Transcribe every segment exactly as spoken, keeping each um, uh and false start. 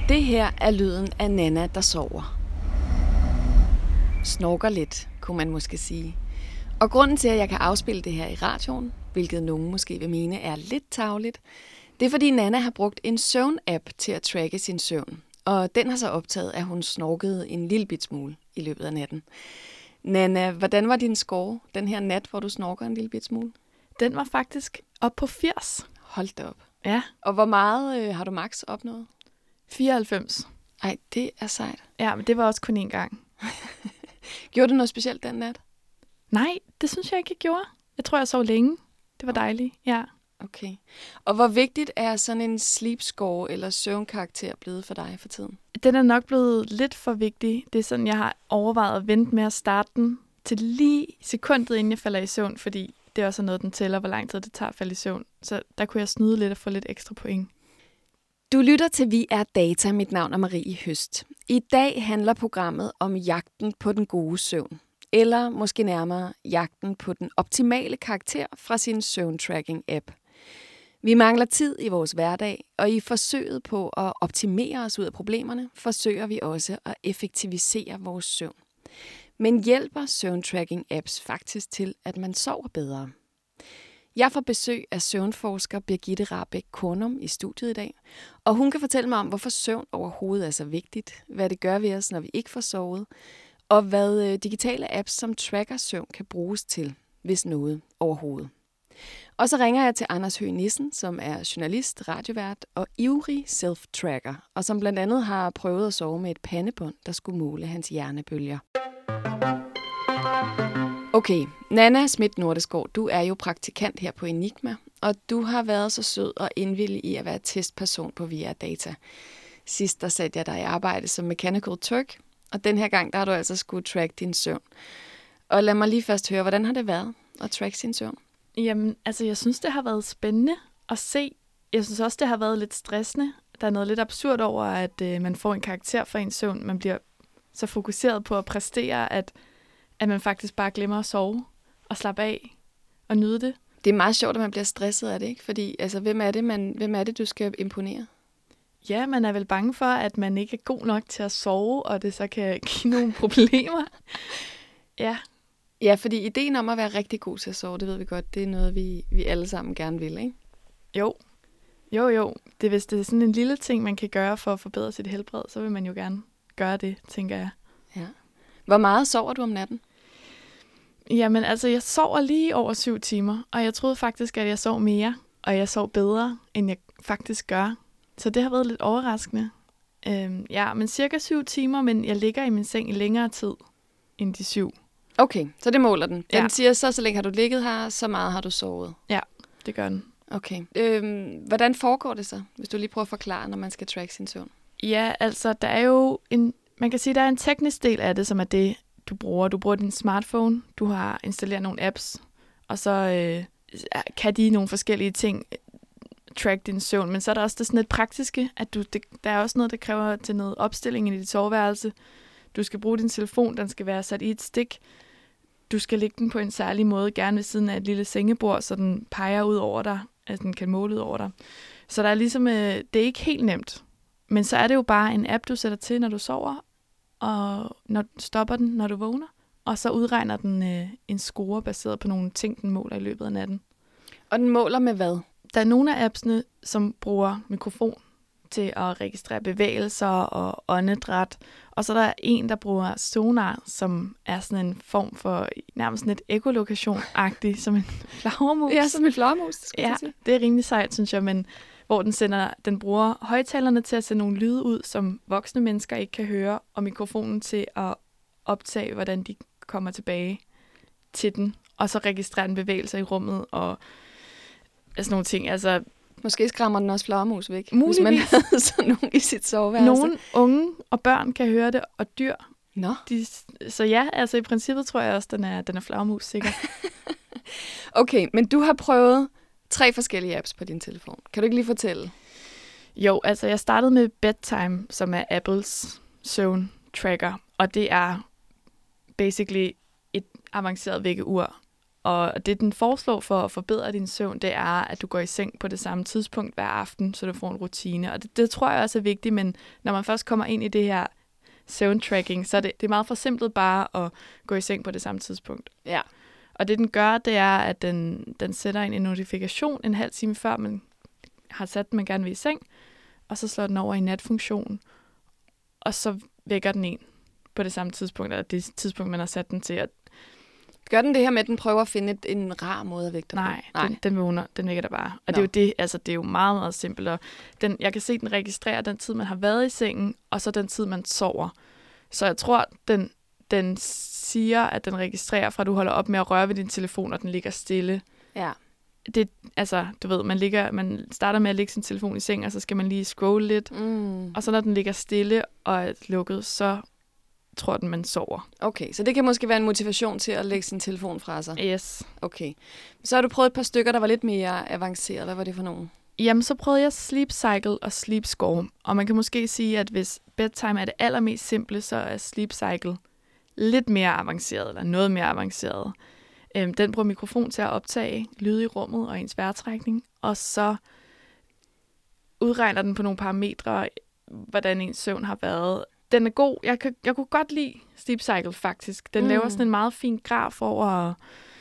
Det her er lyden af Nana, der sover. Snorker lidt, kunne man måske sige. Og grunden til, at jeg kan afspille det her i radioen, hvilket nogen måske vil mene er lidt tarveligt, det er fordi Nana har brugt en søvn-app til at tracke sin søvn. Og den har så optaget, at hun snorkede en lille bit smule i løbet af natten. Nana, hvordan var din score den her nat, hvor du snorker en lille bit smule? Den var faktisk op på firs. Hold da op. Ja. Og hvor meget øh, har du max opnået? fireoghalvfems. Ej, det er sejt. Ja, men det var også kun én gang. Gjorde du noget specielt den nat? Nej, det synes jeg ikke, jeg gjorde. Jeg tror, jeg sov længe. Det var dejligt, ja. Okay. Og hvor vigtigt er sådan en sleep score eller søvnkarakter blevet for dig for tiden? Den er nok blevet lidt for vigtig. Det er sådan, jeg har overvejet at vente med at starte den til lige sekundet, inden jeg falder i søvn, fordi det er også noget, den tæller, hvor lang tid det tager at falde i søvn. Så der kunne jeg snyde lidt og få lidt ekstra point. Du lytter til Vi er Data. Mit navn er Marie Høst. I dag handler programmet om jagten på den gode søvn. Eller måske nærmere jagten på den optimale karakter fra sin søvntracking-app. Vi mangler tid i vores hverdag, og i forsøget på at optimere os ud af problemerne, forsøger vi også at effektivisere vores søvn. Men hjælper søvntracking-apps faktisk til, at man sover bedre? Jeg får besøg af søvnforsker Birgitte Rahbek Kornum i studiet i dag, og hun kan fortælle mig om, hvorfor søvn overhovedet er så vigtigt, hvad det gør ved os, når vi ikke får sovet, og hvad digitale apps som tracker søvn kan bruges til, hvis noget overhovedet. Og så ringer jeg til Anders Høgh Nissen, som er journalist, radiovært og ivrig self-tracker, og som blandt andet har prøvet at sove med et pandebånd, der skulle måle hans hjernebølger. Okay, Nana Schmidt Nordesgaard, du er jo praktikant her på Enigma, og du har været så sød og indvillig i at være testperson på V R Data. Sidst der satte jeg dig i arbejde som Mechanical Turk, og den her gang der har du altså skulle track din søvn. Og lad mig lige først høre, hvordan har det været at track sin søvn? Jamen, altså jeg synes, det har været spændende at se. Jeg synes også, det har været lidt stressende. Der er noget lidt absurd over, at øh, man får en karakter for ens søvn. Man bliver så fokuseret på at præstere, at, at man faktisk bare glemmer at sove og slappe af og nyde det. Det er meget sjovt, at man bliver stresset af det, ikke? Fordi altså, hvem er det, man, hvem er det, du skal imponere? Ja, man er vel bange for, at man ikke er god nok til at sove, og det så kan give nogle problemer. Ja. Ja, fordi ideen om at være rigtig god til at sove, det ved vi godt, det er noget, vi, vi alle sammen gerne vil, ikke? Jo. Jo, jo. Det er, hvis det er sådan en lille ting, man kan gøre for at forbedre sit helbred, så vil man jo gerne gøre det, tænker jeg. Ja. Hvor meget sover du om natten? Jamen, altså, jeg sover lige over syv timer, og jeg troede faktisk, at jeg sov mere, og jeg sov bedre, end jeg faktisk gør. Så det har været lidt overraskende. Øhm, ja, men cirka syv timer, men jeg ligger i min seng i længere tid end de syv. Okay, så det måler den. Den Ja. siger så, så længe har du ligget her, så meget har du sovet. Ja, det gør den. Okay. Øhm, hvordan foregår det så, hvis du lige prøver at forklare, når man skal track sin søvn? Ja, altså, der er jo en, man kan sige, der er en teknisk del af det, som er det, du bruger. Du bruger din smartphone, du har installeret nogle apps, og så øh, kan de nogle forskellige ting track din søvn. Men så er der også det sådan lidt praktiske, at du, det, der er også noget, der kræver til noget opstilling i dit soveværelse. Du skal bruge din telefon, den skal være sat i et stik. Du skal lægge den på en særlig måde, gerne ved siden af et lille sengebord, så den peger ud over dig, at den kan måle ud over dig. Så der er ligesom, øh, det er ikke helt nemt. Men så er det jo bare en app, du sætter til, når du sover, og når stopper den, når du vågner. Og så udregner den øh, en score baseret på nogle ting, den måler i løbet af natten. Og den måler med hvad? Der er nogle af appsene, som bruger mikrofon til at registrere bevægelser og åndedræt. Og så er der en, der bruger sonar, som er sådan en form for nærmest sådan et ekolokation-agtigt, som en flagermus. Ja, som en flagermus. Ja, det er rimelig sejt, synes jeg, men hvor den, sender, den bruger højtalerne til at sende nogle lyde ud, som voksne mennesker ikke kan høre, og mikrofonen til at optage, hvordan de kommer tilbage til den, og så registrerer den bevægelser i rummet og sådan nogle ting. Altså, måske skræmmer den også flagermus væk, muligvis. Hvis man havde sådan nogen i sit soveværelse. Nogle unge og børn kan høre det, og dyr. Nå. De, så ja, altså i princippet tror jeg også, den er, den er flagermus sikker. Okay, men du har prøvet tre forskellige apps på din telefon. Kan du ikke lige fortælle? Jo, altså jeg startede med Bedtime, som er Apples søvn tracker, og det er basically et avanceret vækkeur. Og det, den foreslår for at forbedre din søvn, det er, at du går i seng på det samme tidspunkt hver aften, så du får en rutine. Og det, det tror jeg også er vigtigt, men når man først kommer ind i det her søvntracking, så er det, det er meget forsimplet bare at gå i seng på det samme tidspunkt. Ja. Og det, den gør, det er, at den, den sætter ind en notifikation en halv time før, man har sat den, man gerne vil i seng, og så slår den over i natfunktion, og så vækker den en på det samme tidspunkt, eller det tidspunkt, man har sat den til. At gør den det her med, at den prøver at finde et, en rar måde at vække dig nej, på? Nej, den, den vågner, den vækker dig bare. Og Nå. det er jo det, altså det er jo meget, meget simpelt. Og den, jeg kan se, at den registrerer den tid, man har været i sengen, og så den tid, man sover. Så jeg tror, den, den siger, at den registrerer fra, at du holder op med at røre ved din telefon, og den ligger stille. Ja. Det, altså, du ved, man, ligger, man starter med at lægge sin telefon i seng, og så skal man lige scrolle lidt. Mm. Og så når den ligger stille og er lukket, så tror den, man sover. Okay, så det kan måske være en motivation til at lægge sin telefon fra sig. Yes. Okay. Så har du prøvet et par stykker, der var lidt mere avanceret. Hvad var det for nogen? Jamen, så prøvede jeg Sleep Cycle og Sleep Score. Og man kan måske sige, at hvis bedtime er det allermest simple, så er Sleep Cycle lidt mere avanceret, eller noget mere avanceret. Øhm, den bruger mikrofon til at optage lyd i rummet og ens vejrtrækning, og så udregner den på nogle parametre, hvordan ens søvn har været. Den er god. Jeg, kan, jeg kunne godt lide Sleep Cycle, faktisk. Den mm. laver sådan en meget fin graf over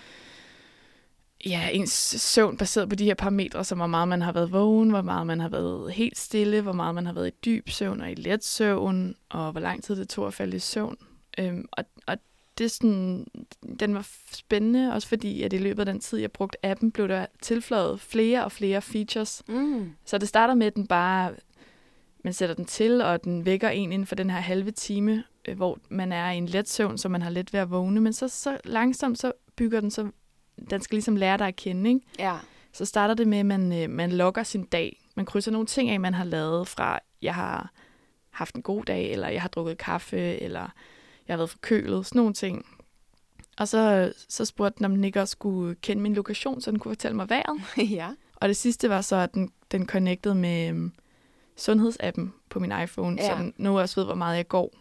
ja, ens søvn, baseret på de her parametre, som hvor meget man har været vågen, hvor meget man har været helt stille, hvor meget man har været i dyb søvn og i let søvn, og hvor lang tid det tog at falde i søvn. Øhm, og, og det er sådan, den var spændende, også fordi at i løbet af den tid, jeg brugte appen, blev der tilføjet flere og flere features. Mm. Så det starter med, at den bare, man sætter den til, og den vækker en inden for den her halve time, øh, hvor man er i en let søvn, så man har let ved at vågne. Men så, så langsomt, så bygger den, så den skal ligesom lære dig at kende, ikke? Ja. Så starter det med, at man, øh, man logger sin dag. Man krydser nogle ting af, man har lavet fra, jeg har haft en god dag, eller jeg har drukket kaffe, eller jeg har været forkølet, sådan nogle ting. Og så, så spurgte den, om den ikke også skulle kende min lokation, så den kunne fortælle mig vejret. Ja. Og det sidste var så, at den, den connectede med um, sundhedsappen på min iPhone, Ja. så den nu også ved, hvor meget jeg går.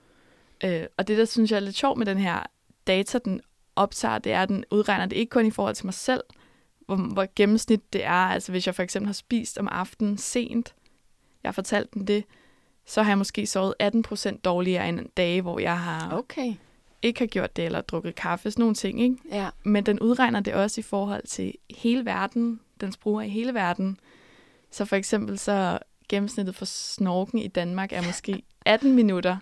Øh, og det, der synes jeg er lidt sjovt med den her data, den optager, det er, at den udregner det ikke kun i forhold til mig selv, hvor, hvor gennemsnit det er. Altså hvis jeg for eksempel har spist om aftenen sent, jeg har fortalt den det, så har jeg måske sovet atten procent dårligere end en dag, hvor jeg har Okay. ikke har gjort det, eller drukket kaffe, sådan nogle ting, ikke? Ja. Men den udregner det også i forhold til hele verden, dens brugere i hele verden. Så for eksempel så gennemsnittet for snorken i Danmark er måske atten minutter,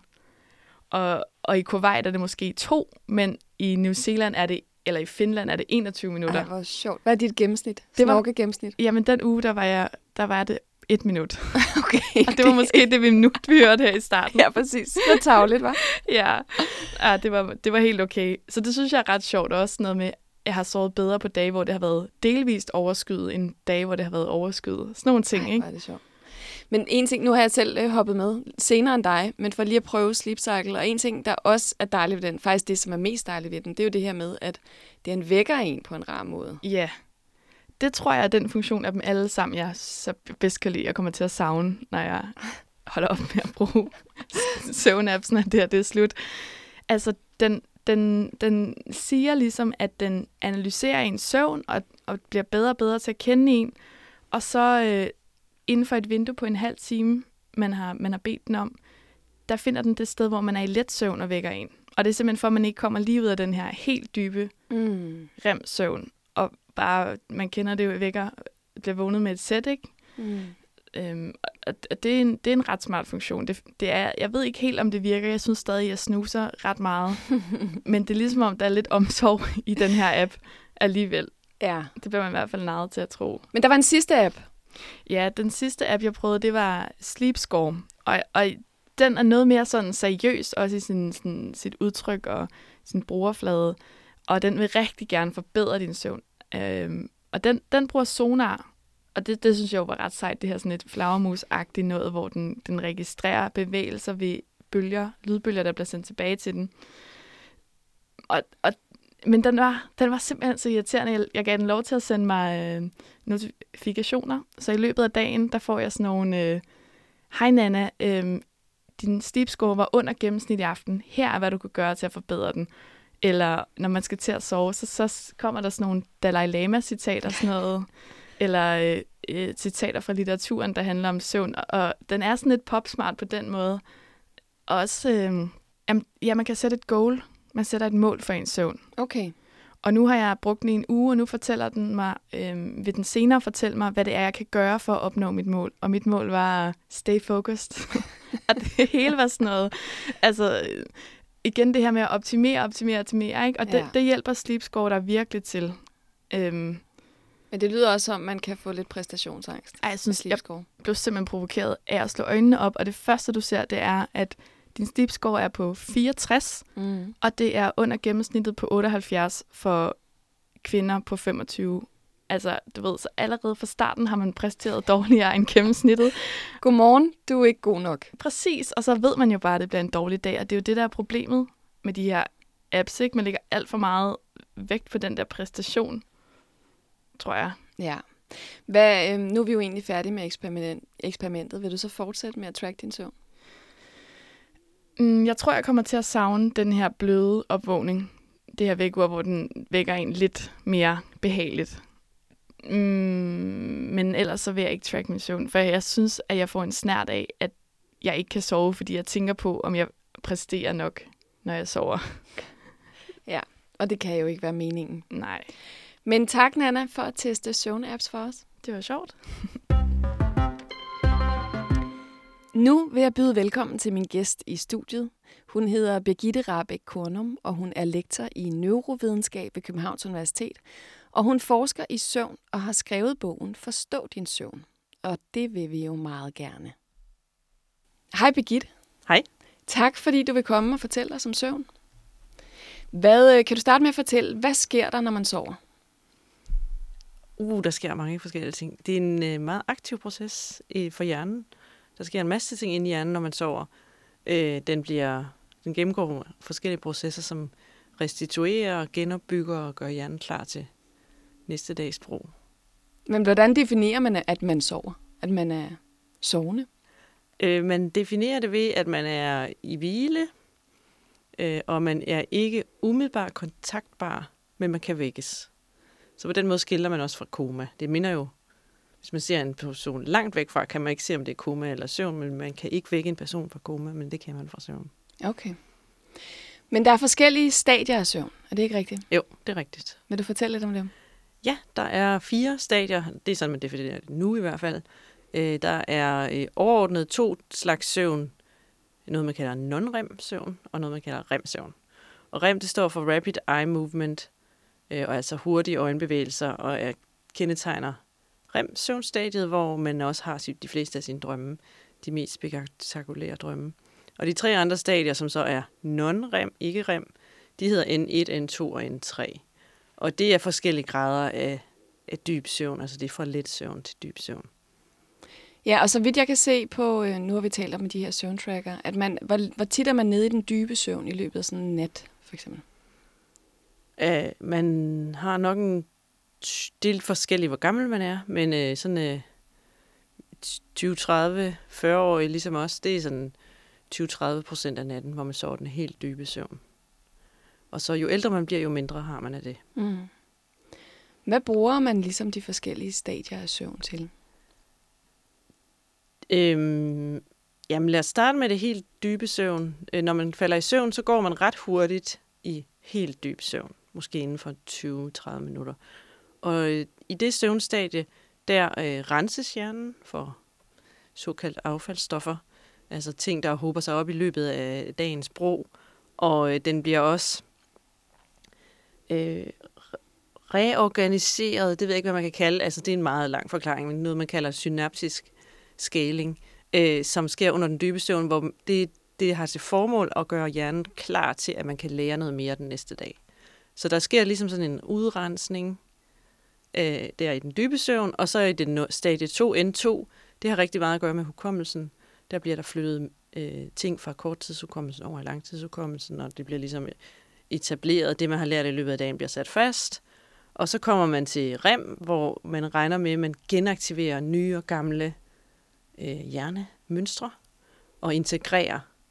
og, og i Kuwait er det måske to, men i New Zealand er det, eller i Finland er det enogtyve minutter. Ej, hvor sjovt. Hvad er dit gennemsnit? Det var- Snorke gennemsnit. Jamen den uge, der var, jeg, der var det et minut. Okay. Og det var måske det minut, vi hørte her i starten. Ja, præcis. Det var tavligt, hva'? Ja, ja det, var, det var helt okay. Så det synes jeg er ret sjovt også, noget med, at jeg har sovet bedre på dage, hvor det har været delvist overskyet, end dage, hvor det har været overskyet. Sådan nogle ting, Ej, ikke? hvor er det sjovt. Men en ting, nu har jeg selv øh, hoppet med senere end dig, men for lige at prøve Sleep Cycle, og en ting, der også er dejligt ved den, faktisk det, som er mest dejligt ved den, det er jo det her med, at den vækker en på en rar måde. Ja, det tror jeg er den funktion af dem alle sammen, jeg så bedst kan lide, jeg kommer til at savne, når jeg holder op med at bruge søvnappsen, at det her, det er slut. Altså, den, den, den siger ligesom, at den analyserer ens søvn, og, og bliver bedre og bedre til at kende en, og så øh, inden for et vindue på en halv time, man har, man har bedt den om, der finder den det sted, hvor man er i let søvn og vækker en. Og det er simpelthen for, at man ikke kommer lige ud af den her helt dybe Mm. rem-søvn. Og bare, man kender det jo, vækker, bliver vågnet med et sæt, ikke? Mm. Øhm, og og det, er en, det er en ret smart funktion. Det, det er, jeg ved ikke helt, om det virker. Jeg synes stadig, jeg snuser ret meget. Men det er ligesom, om der er lidt omsorg i den her app alligevel. Ja. Det bliver man i hvert fald narret til at tro. Men der var en sidste app. Ja, den sidste app, jeg prøvede, det var Sleep Score. Og, og den er noget mere sådan seriøs, også i sin, sådan, sit udtryk og sin brugerflade. Og den vil rigtig gerne forbedre din søvn. Øhm, og den, den bruger sonar. Og det, det synes jeg jo var ret sejt, det her sådan et flagermus-agtigt noget, hvor den, den registrerer bevægelser ved bølger, lydbølger, der bliver sendt tilbage til den. Og, og, men den var, den var simpelthen så irriterende. Jeg, jeg gav den lov til at sende mig øh, notifikationer. Så i løbet af dagen, der får jeg sådan nogle, øh, hej Nana, øh, din sleep score var under gennemsnit i aften. Her er, hvad du kan gøre til at forbedre den. Eller når man skal til at sove, så, så kommer der sådan nogle Dalai Lama-citater og sådan noget. Eller øh, øh, citater fra litteraturen, der handler om søvn. Og, og den er sådan lidt popsmart på den måde. Også, øh, ja, man kan sætte et goal. Man sætter et mål for ens søvn. Okay. Og nu har jeg brugt den i en uge, og nu fortæller den mig, øh, vil den senere fortælle mig, hvad det er, jeg kan gøre for at opnå mit mål. Og mit mål var stay focused. At det hele var sådan noget. Altså, igen det her med at optimere, optimere, optimere, ikke? Og ja. det, det hjælper Sleep Score der virkelig til. Øhm, Men det lyder også som, man kan få lidt præstationsangst. Ej, jeg synes, jeg blev simpelthen provokeret af at slå øjnene op, og det første, du ser, det er, at din sleep score er på fireogtres, mm. og det er under gennemsnittet på otteoghalvfjerds for kvinder på femogtyve. Altså, du ved, så allerede fra starten har man præsteret dårligere end gennemsnittet. Godmorgen, du er ikke god nok. Præcis, og så ved man jo bare, at det bliver en dårlig dag, og det er jo det, der er problemet med de her apps, ikke? Man lægger alt for meget vægt på den der præstation, tror jeg. Ja. Hvad, øh, nu er vi jo egentlig færdige med eksperiment, eksperimentet. Vil du så fortsætte med at track din søvn? Mm, jeg tror, jeg kommer til at savne den her bløde opvågning. Det her vækkeur, hvor den vækker en lidt mere behageligt. Mm, men ellers så vil jeg ikke track min søvn, for jeg synes, at jeg får en snert af, at jeg ikke kan sove, fordi jeg tænker på, om jeg præsterer nok, når jeg sover. Ja, og det kan jo ikke være meningen. Nej. Men tak, Nanna, for at teste søvn-apps for os. Det var sjovt. Nu vil jeg byde velkommen til min gæst i studiet. Hun hedder Birgitte Rahbek Kornum, og hun er lektor i neurovidenskab ved Københavns Universitet. Og hun forsker i søvn og har skrevet bogen Forstå din søvn. Og det vil vi jo meget gerne. Hej Birgitte. Hej. Tak fordi du vil komme og fortælle os om søvn. Hvad, kan du starte med at fortælle, hvad sker der, når man sover? Uh, der sker mange forskellige ting. Det er en øh, meget aktiv proces øh, for hjernen. Der sker en masse ting inde i hjernen, når man sover. Øh, den, bliver, den gennemgår forskellige processer, som restituerer, genopbygger og gør hjernen klar til næste dags brug. Men hvordan definerer man, at man sover? At man er sovende? Øh, man definerer det ved, at man er i hvile, øh, og man er ikke umiddelbart kontaktbar, men man kan vækkes. Så på den måde skiller man også fra koma. Det minder jo, hvis man ser en person langt væk fra, kan man ikke se, om det er koma eller søvn, men man kan ikke vække en person fra koma, men det kan man fra søvn. Okay. Men der er forskellige stadier af søvn, er det ikke rigtigt? Jo, det er rigtigt. Vil du fortælle lidt om dem? Ja, der er fire stadier. Det er sådan, man definerer det nu i hvert fald. Øh, der er øh, overordnet to slags søvn. Noget, man kalder non-rem-søvn, og noget, man kalder rem-søvn. Og rem, det står for Rapid Eye Movement, øh, og altså hurtige øjenbevægelser, og er kendetegner rem-søvnstadiet, hvor man også har de fleste af sine drømme, de mest spektakulære drømme. Og de tre andre stadier, som så er non-rem, ikke rem, de hedder N et, N to og N tre. Og det er forskellige grader af, af dyb søvn, altså det er fra let søvn til dyb søvn. Ja, og så vidt jeg kan se på, nu har vi talt om de her søvntracker, at man, hvor, hvor tit er man nede i den dybe søvn i løbet af sådan en nat, for eksempel? Uh, man har nok en del forskellige, hvor gammel man er, men uh, sådan uh, tyve, tredive, fyrre år ligesom os, det er sådan tyve til tredive procent af natten, hvor man sover den helt dybe søvn. Og så jo ældre man bliver, jo mindre har man af det. Mm. Hvad bruger man ligesom de forskellige stadier af søvn til? Øhm, jamen lad os starte med det helt dybe søvn. Øh, når man falder i søvn, så går man ret hurtigt i helt dyb søvn. Måske inden for tyve til tredive minutter. Og øh, i det søvnstadie, der øh, renses hjernen for såkaldt affaldsstoffer. Altså ting, der hober sig op i løbet af dagens brug. Og øh, den bliver også øh, reorganiseret. Det ved jeg ikke, hvad man kan kalde. Altså det er en meget lang forklaring, men noget, man kalder synaptisk scaling, øh, som sker under den dybe søvn, hvor det, det har til formål at gøre hjernen klar til, at man kan lære noget mere den næste dag. Så der sker ligesom sådan en udrensning øh, der i den dybe søvn, og så i det stadie to, N to, det har rigtig meget at gøre med hukommelsen. Der bliver der flyttet øh, ting fra korttidshukommelsen over i langtidshukommelsen, og det bliver ligesom etableret. Det, man har lært i løbet af dagen, bliver sat fast. Og så kommer man til rem, hvor man regner med, at man genaktiverer nye og gamle øh, hjernemønstre og integrerer.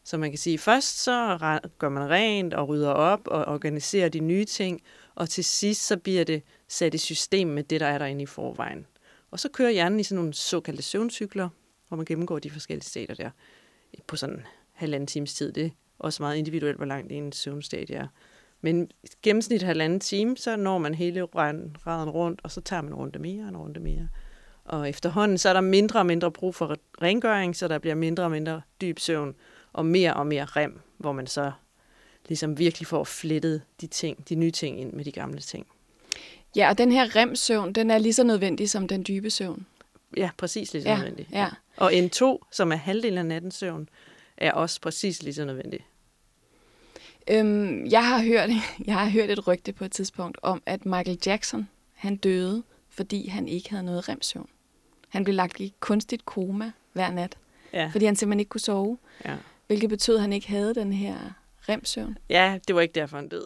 Så man kan sige, først så gør man rent og rydder op og organiserer de nye ting, og til sidst så bliver det sat i system med det, der er derinde i forvejen. Og så kører hjernen i sådan nogle såkaldte søvncykler, hvor man gennemgår de forskellige stadier der på sådan halvanden times tid. Det er også meget individuelt, hvor langt en søvnstadie er. Men gennemsnit halvanden time, så når man hele raden rundt, og så tager man en runde mere og en runde mere. Og efterhånden, så er der mindre og mindre brug for rengøring, så der bliver mindre og mindre dyb søvn, og mere og mere rem, hvor man så ligesom virkelig får flettet de ting, de nye ting ind med de gamle ting. Ja, og den her rem-søvn, den er lige så nødvendig som den dybe søvn. Ja, præcis lige så ja, nødvendig. Ja. Og N to, som er halvdelen af nattens søvn, er også præcis lige så nødvendig. Øhm, jeg har hørt, jeg har hørt et rygte på et tidspunkt om, at Michael Jackson, han døde, fordi han ikke havde noget rem-søvn. Han blev lagt i kunstigt koma hver nat, ja. fordi han simpelthen ikke kunne sove, ja. hvilket betød, at han ikke havde den her rem-søvn. Ja, det var ikke derfor, han døde.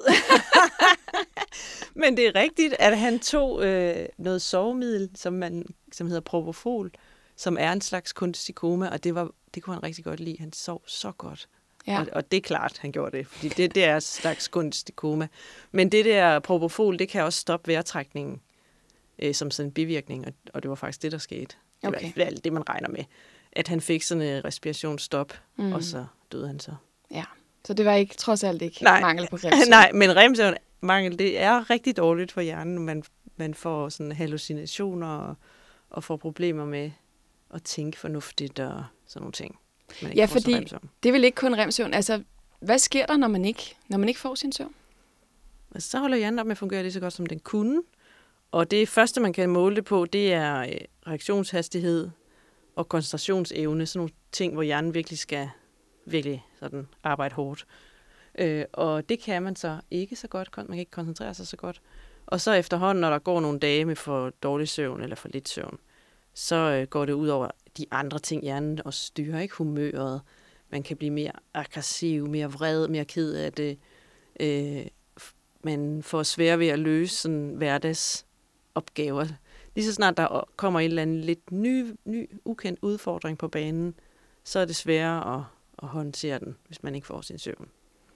Men det er rigtigt, at han tog øh, noget sovemiddel, som, man, som hedder Propofol, som er en slags kunstig koma, og det, var, det kunne han rigtig godt lide. Han sov så godt. Ja. Og, og det er klart, han gjorde det, fordi det, det er en slags kunstig koma. Men det der Propofol, det kan også stoppe vejrtrækningen øh, som sådan en bivirkning, og, og det var faktisk det, der skete. Det var okay. alt det, man regner med. At han fik sådan en respirationsstop, mm. og så døde han så. Ja, så det var ikke trods alt ikke Nej. mangel på rem-søvn. Nej, men rem-søvn mangel, det er rigtig dårligt for hjernen. Man, man får sådan hallucinationer og, og får problemer med at tænke fornuftigt og sådan nogle ting. Ja, fordi det er vel ikke kun rem-søvn. Altså, hvad sker der, når man ikke, når man ikke får sin søvn? Altså, så holder hjernen op med at fungere lige så godt, som den kunne. Og det første, man kan måle det på, det er reaktionshastighed og koncentrationsevne. Sådan nogle ting, hvor hjernen virkelig skal virkelig sådan arbejde hårdt. Øh, og det kan man så ikke så godt. Man kan ikke koncentrere sig så godt. Og så efterhånden, når der går nogle dage med for dårlig søvn eller for lidt søvn, så øh, går det ud over de andre ting, hjernen og styrer ikke humøret. Man kan blive mere aggressiv, mere vred, mere ked af det. Øh, man får svært ved at løse sådan hverdagsopgaver. Lige så snart der kommer en eller anden lidt ny, ny ukendt udfordring på banen, så er det sværere at, at håndtere den, hvis man ikke får sin søvn.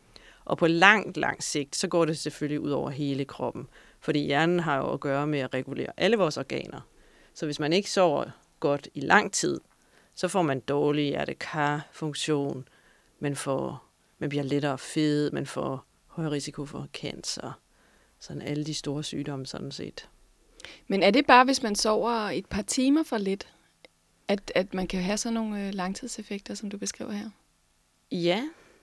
Og på langt, langt sigt, så går det selvfølgelig ud over hele kroppen. Fordi hjernen har jo at gøre med at regulere alle vores organer. Så hvis man ikke sover godt i lang tid, så får man dårlig hjerte-kar-funktion, man, får, man bliver lettere fed, man får høj risiko for cancer, sådan alle de store sygdomme sådan set. Men er det bare, hvis man sover et par timer for lidt, at, at man kan have sådan nogle langtidseffekter, som du beskriver her? Ja,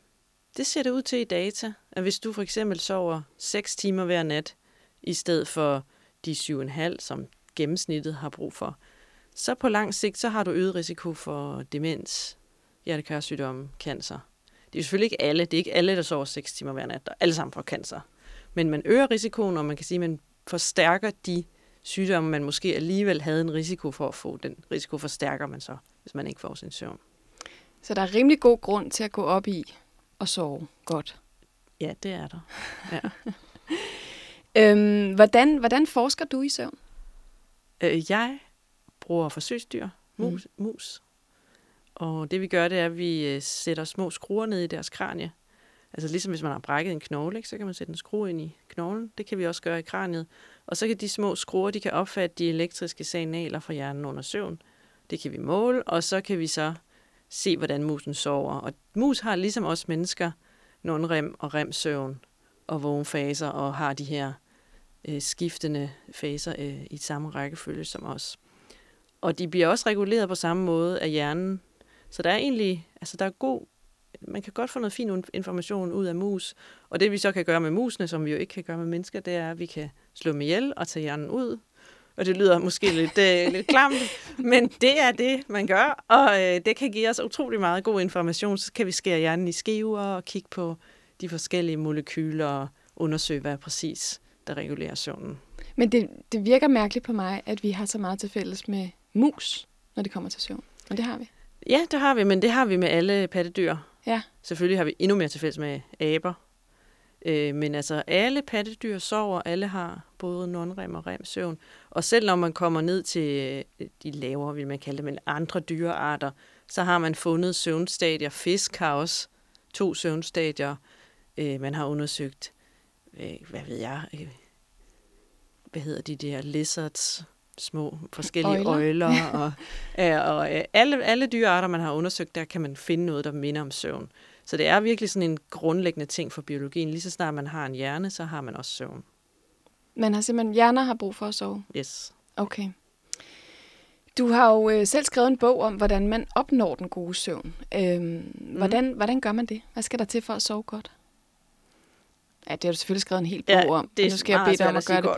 det ser det ud til i data, at hvis du for eksempel sover seks timer hver nat, i stedet for de syv og en halv, som gennemsnittet har brug for, så på lang sigt, så har du øget risiko for demens, hjertekarsygdomme, cancer. Det er selvfølgelig ikke alle, det er ikke alle, der sover seks timer hver nat, der alle sammen får cancer. Men man øger risikoen, og man kan sige, at man forstærker de sygdomme, man måske alligevel havde en risiko for at få. Den risiko forstærker man så, hvis man ikke får sin søvn. Så der er rimelig god grund til at gå op i og sove godt. Ja, det er der. Ja. øhm, hvordan, hvordan forsker du i søvn? Øh, jeg bruger forsøgsdyr, mus, mm. mus. Og det vi gør, det er, at vi sætter små skruer ned i deres kranie. Altså ligesom hvis man har brækket en knogle, ikke, så kan man sætte en skrue ind i knoglen. Det kan vi også gøre i kraniet. Og så kan de små skruer, de kan opfatte de elektriske signaler fra hjernen under søvn. Det kan vi måle, og så kan vi så se, hvordan musen sover. Og mus har ligesom os mennesker non-rem og rem-søvn og vågenfaser, og har de her øh, skiftende faser øh, i samme rækkefølge som os. Og de bliver også reguleret på samme måde af hjernen. Så der er egentlig, altså der er god, man kan godt få noget fin information ud af mus. Og det vi så kan gøre med musene, som vi jo ikke kan gøre med mennesker, det er, at vi kan slå dem ihjel og tage hjernen ud. Og det lyder måske lidt, øh, lidt klamt, men det er det, man gør. Og øh, det kan give os utrolig meget god information. Så kan vi skære hjernen i skiver og kigge på de forskellige molekyler og undersøge, hvad præcis der regulerer søvnen. Men det, det virker mærkeligt på mig, at vi har så meget til fælles med mus, når det kommer til søvn. Men det har vi. Ja, det har vi, men det har vi med alle pattedyr. Ja. Selvfølgelig har vi endnu mere til fælles med aber. Øh, men altså, alle pattedyr sover, alle har både non-rem og rem-søvn. Og selv når man kommer ned til de lavere, vil man kalde det, men andre dyrearter, så har man fundet søvnstadier. Fisk har også to søvnstadier. Øh, man har undersøgt, øh, hvad ved jeg, øh, hvad hedder de der lizards, små forskellige øjler, øjler og, øh, og øh, alle, alle dyrearter, man har undersøgt, der kan man finde noget, der minder om søvn. Så det er virkelig sådan en grundlæggende ting for biologien. Lige så snart man har en hjerne, så har man også søvn. Man har simpelthen, hjerner har brug for at sove? Yes. Okay. Du har jo øh, selv skrevet en bog om, hvordan man opnår den gode søvn. Øhm, mm. hvordan, hvordan gør man det? Hvad skal der til for at sove godt? Ja, det har du selvfølgelig skrevet en hel bog ja, om. Det er nu skal jeg bede dig om at gøre det på.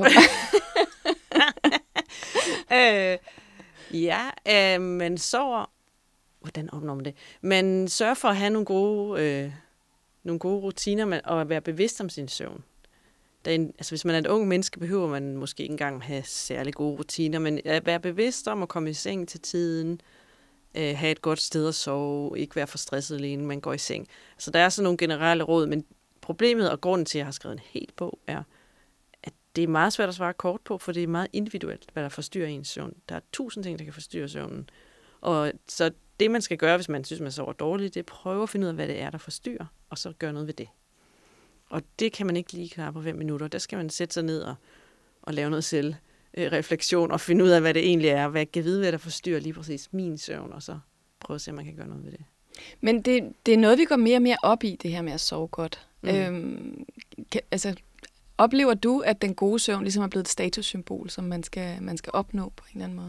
øh, ja, øh, man sover... Hvordan opnår man det? Man sørger for at have nogle gode, øh, nogle gode rutiner med, og at være bevidst om sin søvn. Der er en, altså, hvis man er et ung menneske, behøver man måske ikke engang have særlig gode rutiner, men at være bevidst om at komme i seng til tiden, øh, have et godt sted at sove, ikke være for stresset lige inden man går i seng. Så der er sådan nogle generelle råd, men problemet og grunden til, at jeg har skrevet en hel bog, er, at det er meget svært at svare kort på, for det er meget individuelt, hvad der forstyrrer ens søvn. Der er tusind ting, der kan forstyrre søvnen. Og så det, man skal gøre, hvis man synes, man sover dårligt, det er at prøve at finde ud af, hvad det er, der forstyrrer, og så gøre noget ved det. Og det kan man ikke lige klare på fem minutter. Der skal man sætte sig ned og, og lave noget selvreflektion og finde ud af, hvad det egentlig er. Hvad jeg kan vide, hvad der forstyrrer lige præcis min søvn, og så prøve at se, om man kan gøre noget ved det. Men det, det er noget, vi går mere og mere op i, det her med at sove godt. Mm. Øhm, kan, altså, oplever du, at den gode søvn ligesom er blevet et statussymbol, som man skal, man skal opnå på en eller anden måde?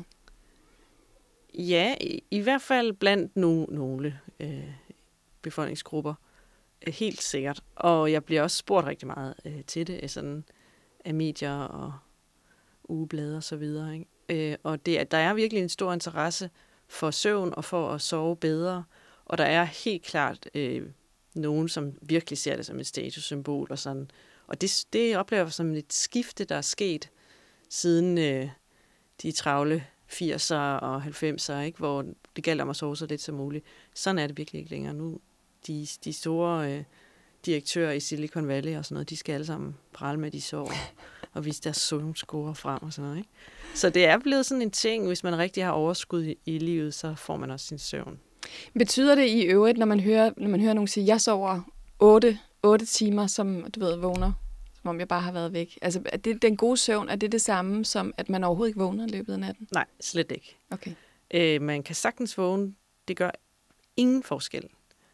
Ja, i, i hvert fald blandt no, nogle øh, befolkningsgrupper. Helt sikkert. Og jeg bliver også spurgt rigtig meget øh, til det, sådan, af medier og ugeblade og så videre. Ikke? Øh, og det, der er virkelig en stor interesse for søvn og for at sove bedre. Og der er helt klart øh, nogen, som virkelig ser det som et statussymbol. Og, sådan. og det, det oplever jeg som et skifte, der er sket siden øh, de travle firser og halvfemser, ikke? Hvor det galt om at sove så lidt som muligt. Sådan er det virkelig ikke længere nu. De, de store øh, direktører i Silicon Valley og sådan noget, de skal alle sammen prale med, de sover og vise deres søvnscore frem og sådan noget. Ikke? Så det er blevet sådan en ting, hvis man rigtig har overskud i, i livet, så får man også sin søvn. Betyder det i øvrigt, når man hører, når man hører nogen sige, jeg sover otte, otte timer, som du ved, vågner, som om jeg bare har været væk? Altså, er det den gode søvn, er det det samme som, at man overhovedet ikke vågner i løbet af natten? Nej, slet ikke. Okay. Øh, man kan sagtens vågne, det gør ingen forskel.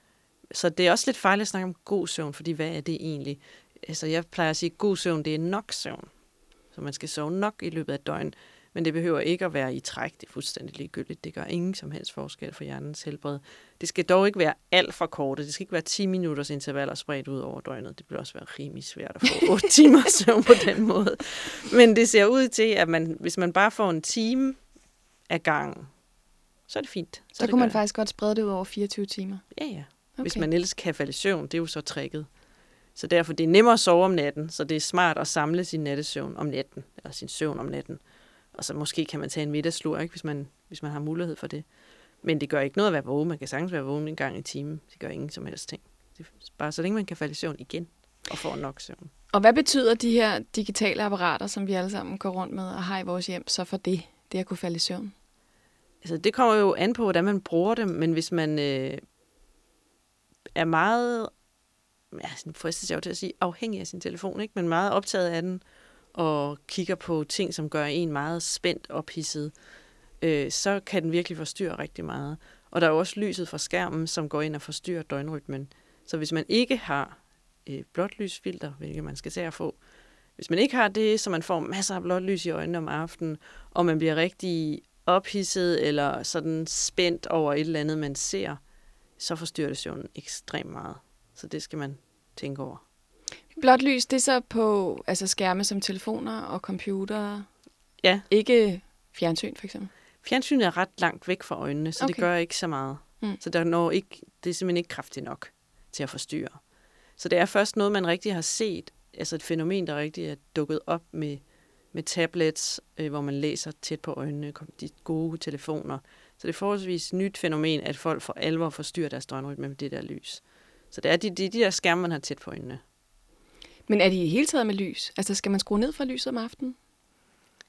Så det er også lidt farligt at snakke om god søvn, fordi hvad er det egentlig? Altså, jeg plejer at sige, at god søvn, det er nok søvn. Så man skal sove nok i løbet af et døgn, men det behøver ikke at være i træk. Det er fuldstændig ligegyldigt. Det gør ingen som helst forskel for hjernens helbred. Det skal dog ikke være alt for korte. Det skal ikke være ti minutters intervaller spredt ud over døgnet. Det bliver også være rimelig svært at få otte timer søvn på den måde. Men det ser ud til, at man, hvis man bare får en time af gangen, så er det fint. Så, så kunne man faktisk godt sprede det ud over fireogtyve timer? Ja, ja. Okay. Hvis man ellers kan falde i søvn, det er jo så tricket. Så derfor det er nemmere at sove om natten, så det er smart at samle sin nattesøvn om natten, eller sin søvn om natten. Og så måske kan man tage en middagslur, ikke, hvis, man, hvis man har mulighed for det. Men det gør ikke noget at være vågen. Man kan sagtens være vågen en gang i timen. Det gør ingen som helst ting. Det er bare så længe man kan falde i søvn igen og få nok søvn. Og hvad betyder de her digitale apparater, som vi alle sammen går rundt med og har i vores hjem, så for det, det at kunne falde i søvn? Altså, det kommer jo an på, hvordan man bruger dem, men hvis man øh, er meget, ja, fristes jeg jo til at sige, afhængig af sin telefon, ikke? Men meget optaget af den, og kigger på ting, som gør en meget spændt og ophidset, øh, så kan den virkelig forstyrre rigtig meget. Og der er også lyset fra skærmen, som går ind og forstyrrer døgnrytmen. Så hvis man ikke har øh, blåt lysfilter, hvilket man skal tage at få, hvis man ikke har det, så man får masser af blåt lys i øjnene om aftenen, og man bliver rigtig ophidset eller sådan spændt over et eller andet, man ser, så forstyrrer det søvnen ekstremt meget. Så det skal man tænke over. Blåt lys, det er så på altså skærme som telefoner og computere? Ja. Ikke fjernsyn, for eksempel? Fjernsynet er ret langt væk fra øjnene, så okay. Det gør ikke så meget. Mm. Så der når ikke, det er simpelthen ikke kraftigt nok til at forstyrre. Så det er først noget, man rigtig har set, altså et fænomen, der rigtig er dukket op med, med tablets, øh, hvor man læser tæt på øjnene, de gode telefoner. Så det er forholdsvis nyt fænomen, at folk for alvor forstyrrer deres døgnrytme med det der lys. Så det er de, de, de der skærme, man har tæt på øjnene. Men er de i hele taget med lys? Altså skal man skrue ned for lyset om aftenen?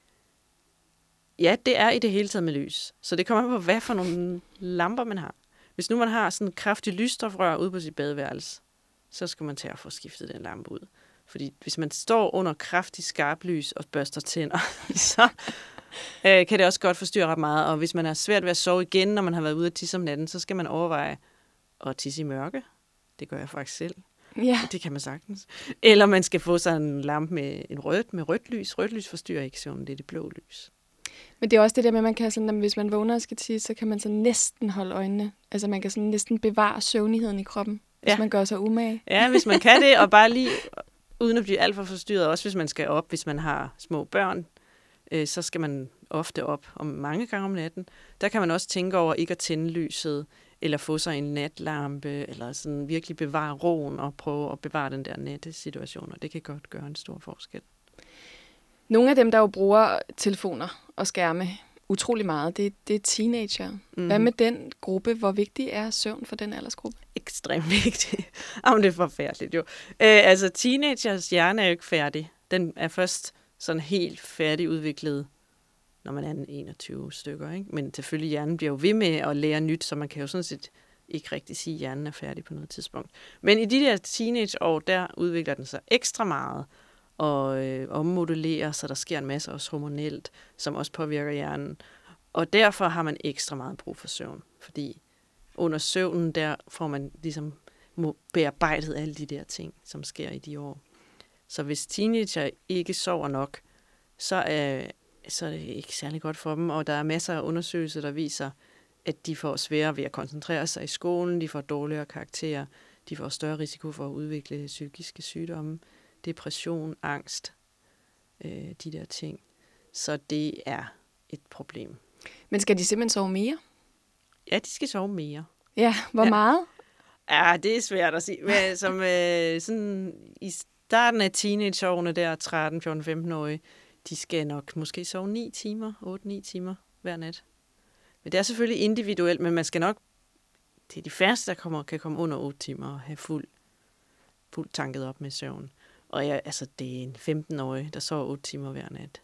Ja, det er i det hele taget med lys. Så det kommer an på, hvad for nogle lamper man har. Hvis nu man har sådan en kraftig lysstofrør ude på sit badeværelse, så skal man tage at få skiftet den lampe ud. Fordi hvis man står under kraftig skarp lys og børster tænder, så øh, kan det også godt forstyrre ret meget. Og hvis man har svært ved at sove igen, når man har været ude at tisse om natten, så skal man overveje at tisse i mørke. Det gør jeg faktisk selv. Ja. Det kan man sagtens. Eller man skal få sådan en lampe med en rødt, med rødt lys. Rødt lys forstyrrer ikke søvnen, det er det blå lys. Men det er også det der med, at man kan sådan, at hvis man vågner og skal tisse, så kan man så næsten holde øjnene. Altså man kan sådan næsten bevare søvnigheden i kroppen, hvis Ja. man gør sig umage. Ja, hvis man kan det, og bare lige uden at blive alt for forstyrret, også hvis man skal op, hvis man har små børn, øh, så skal man ofte op om mange gange om natten. Der kan man også tænke over ikke at tænde lyset, eller få sig en natlampe, eller sådan virkelig bevare roen og prøve at bevare den der nattesituation, og det kan godt gøre en stor forskel. Nogle af dem, der jo bruger telefoner og skærme utrolig meget, det, det er teenager. Mm-hmm. Hvad med den gruppe? Hvor vigtig er søvn for den aldersgruppe? Ekstremt vigtigt. Jamen, det er forfærdeligt jo. Øh, altså, teenagers hjerne er jo ikke færdig. Den er først sådan helt færdigudviklet, når man er enogtyve stykker, ikke? Men selvfølgelig, hjernen bliver jo ved med at lære nyt, så man kan jo sådan set ikke rigtig sige, at hjernen er færdig på noget tidspunkt. Men i de der teenageår, der udvikler den sig ekstra meget, og øh, ommodulerer, så der sker en masse også hormonelt, som også påvirker hjernen. Og derfor har man ekstra meget brug for søvn, fordi under søvnen, der får man ligesom bearbejdet alle de der ting, som sker i de år. Så hvis teenager ikke sover nok, så er, så er det ikke særlig godt for dem, og der er masser af undersøgelser, der viser, at de får sværere ved at koncentrere sig i skolen, de får dårligere karakterer, de får større risiko for at udvikle psykiske sygdomme, depression, angst, øh, de der ting. Så det er et problem. Men skal de simpelthen sove mere? Ja, de skal sove mere. Ja, hvor Ja. meget? Ja, det er svært at sige. Men som øh, sådan i starten af teenageårene der, tretten, fjorten, femten-årige, de skal nok måske sove ni timer, otte ni timer hver nat. Men det er selvfølgelig individuelt, men man skal nok, det er de færreste, der kommer, kan komme under otte timer og have fuld, fuld tanket op med søvn. Og ja, altså, det er en femten-årig, der sover otte timer hver nat.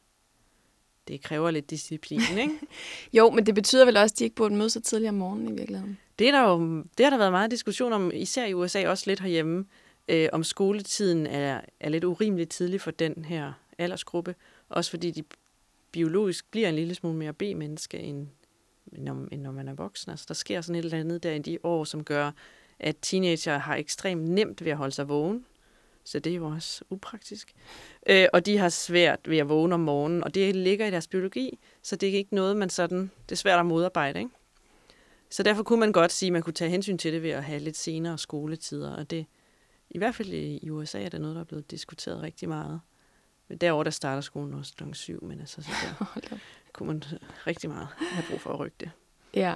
Det kræver lidt disciplin, ikke? Jo, men det betyder vel også, at de ikke burde møde så tidligt om morgenen i virkeligheden. Det, er der jo, det har der været meget diskussion om, især i U S A, også lidt herhjemme, øh, om skoletiden er, er lidt urimeligt tidlig for den her aldersgruppe. Også fordi de biologisk bliver en lille smule mere B-menneske, end, når, end når man er voksen. Altså, der sker sådan et eller andet der i de år, som gør, at teenager har ekstremt nemt ved at holde sig vågen. Så det er jo også upraktisk. Øh, og de har svært ved at vågne om morgenen, og det ligger i deres biologi, så det er ikke noget, man sådan, det er svært at modarbejde, ikke? Så derfor kunne man godt sige, at man kunne tage hensyn til det ved at have lidt senere skoletider, og det, i hvert fald i U S A, er det noget, der er blevet diskuteret rigtig meget. Men derovre, der starter skolen også klokken syv, men altså, så der kunne man rigtig meget have brug for at rykke det. Ja.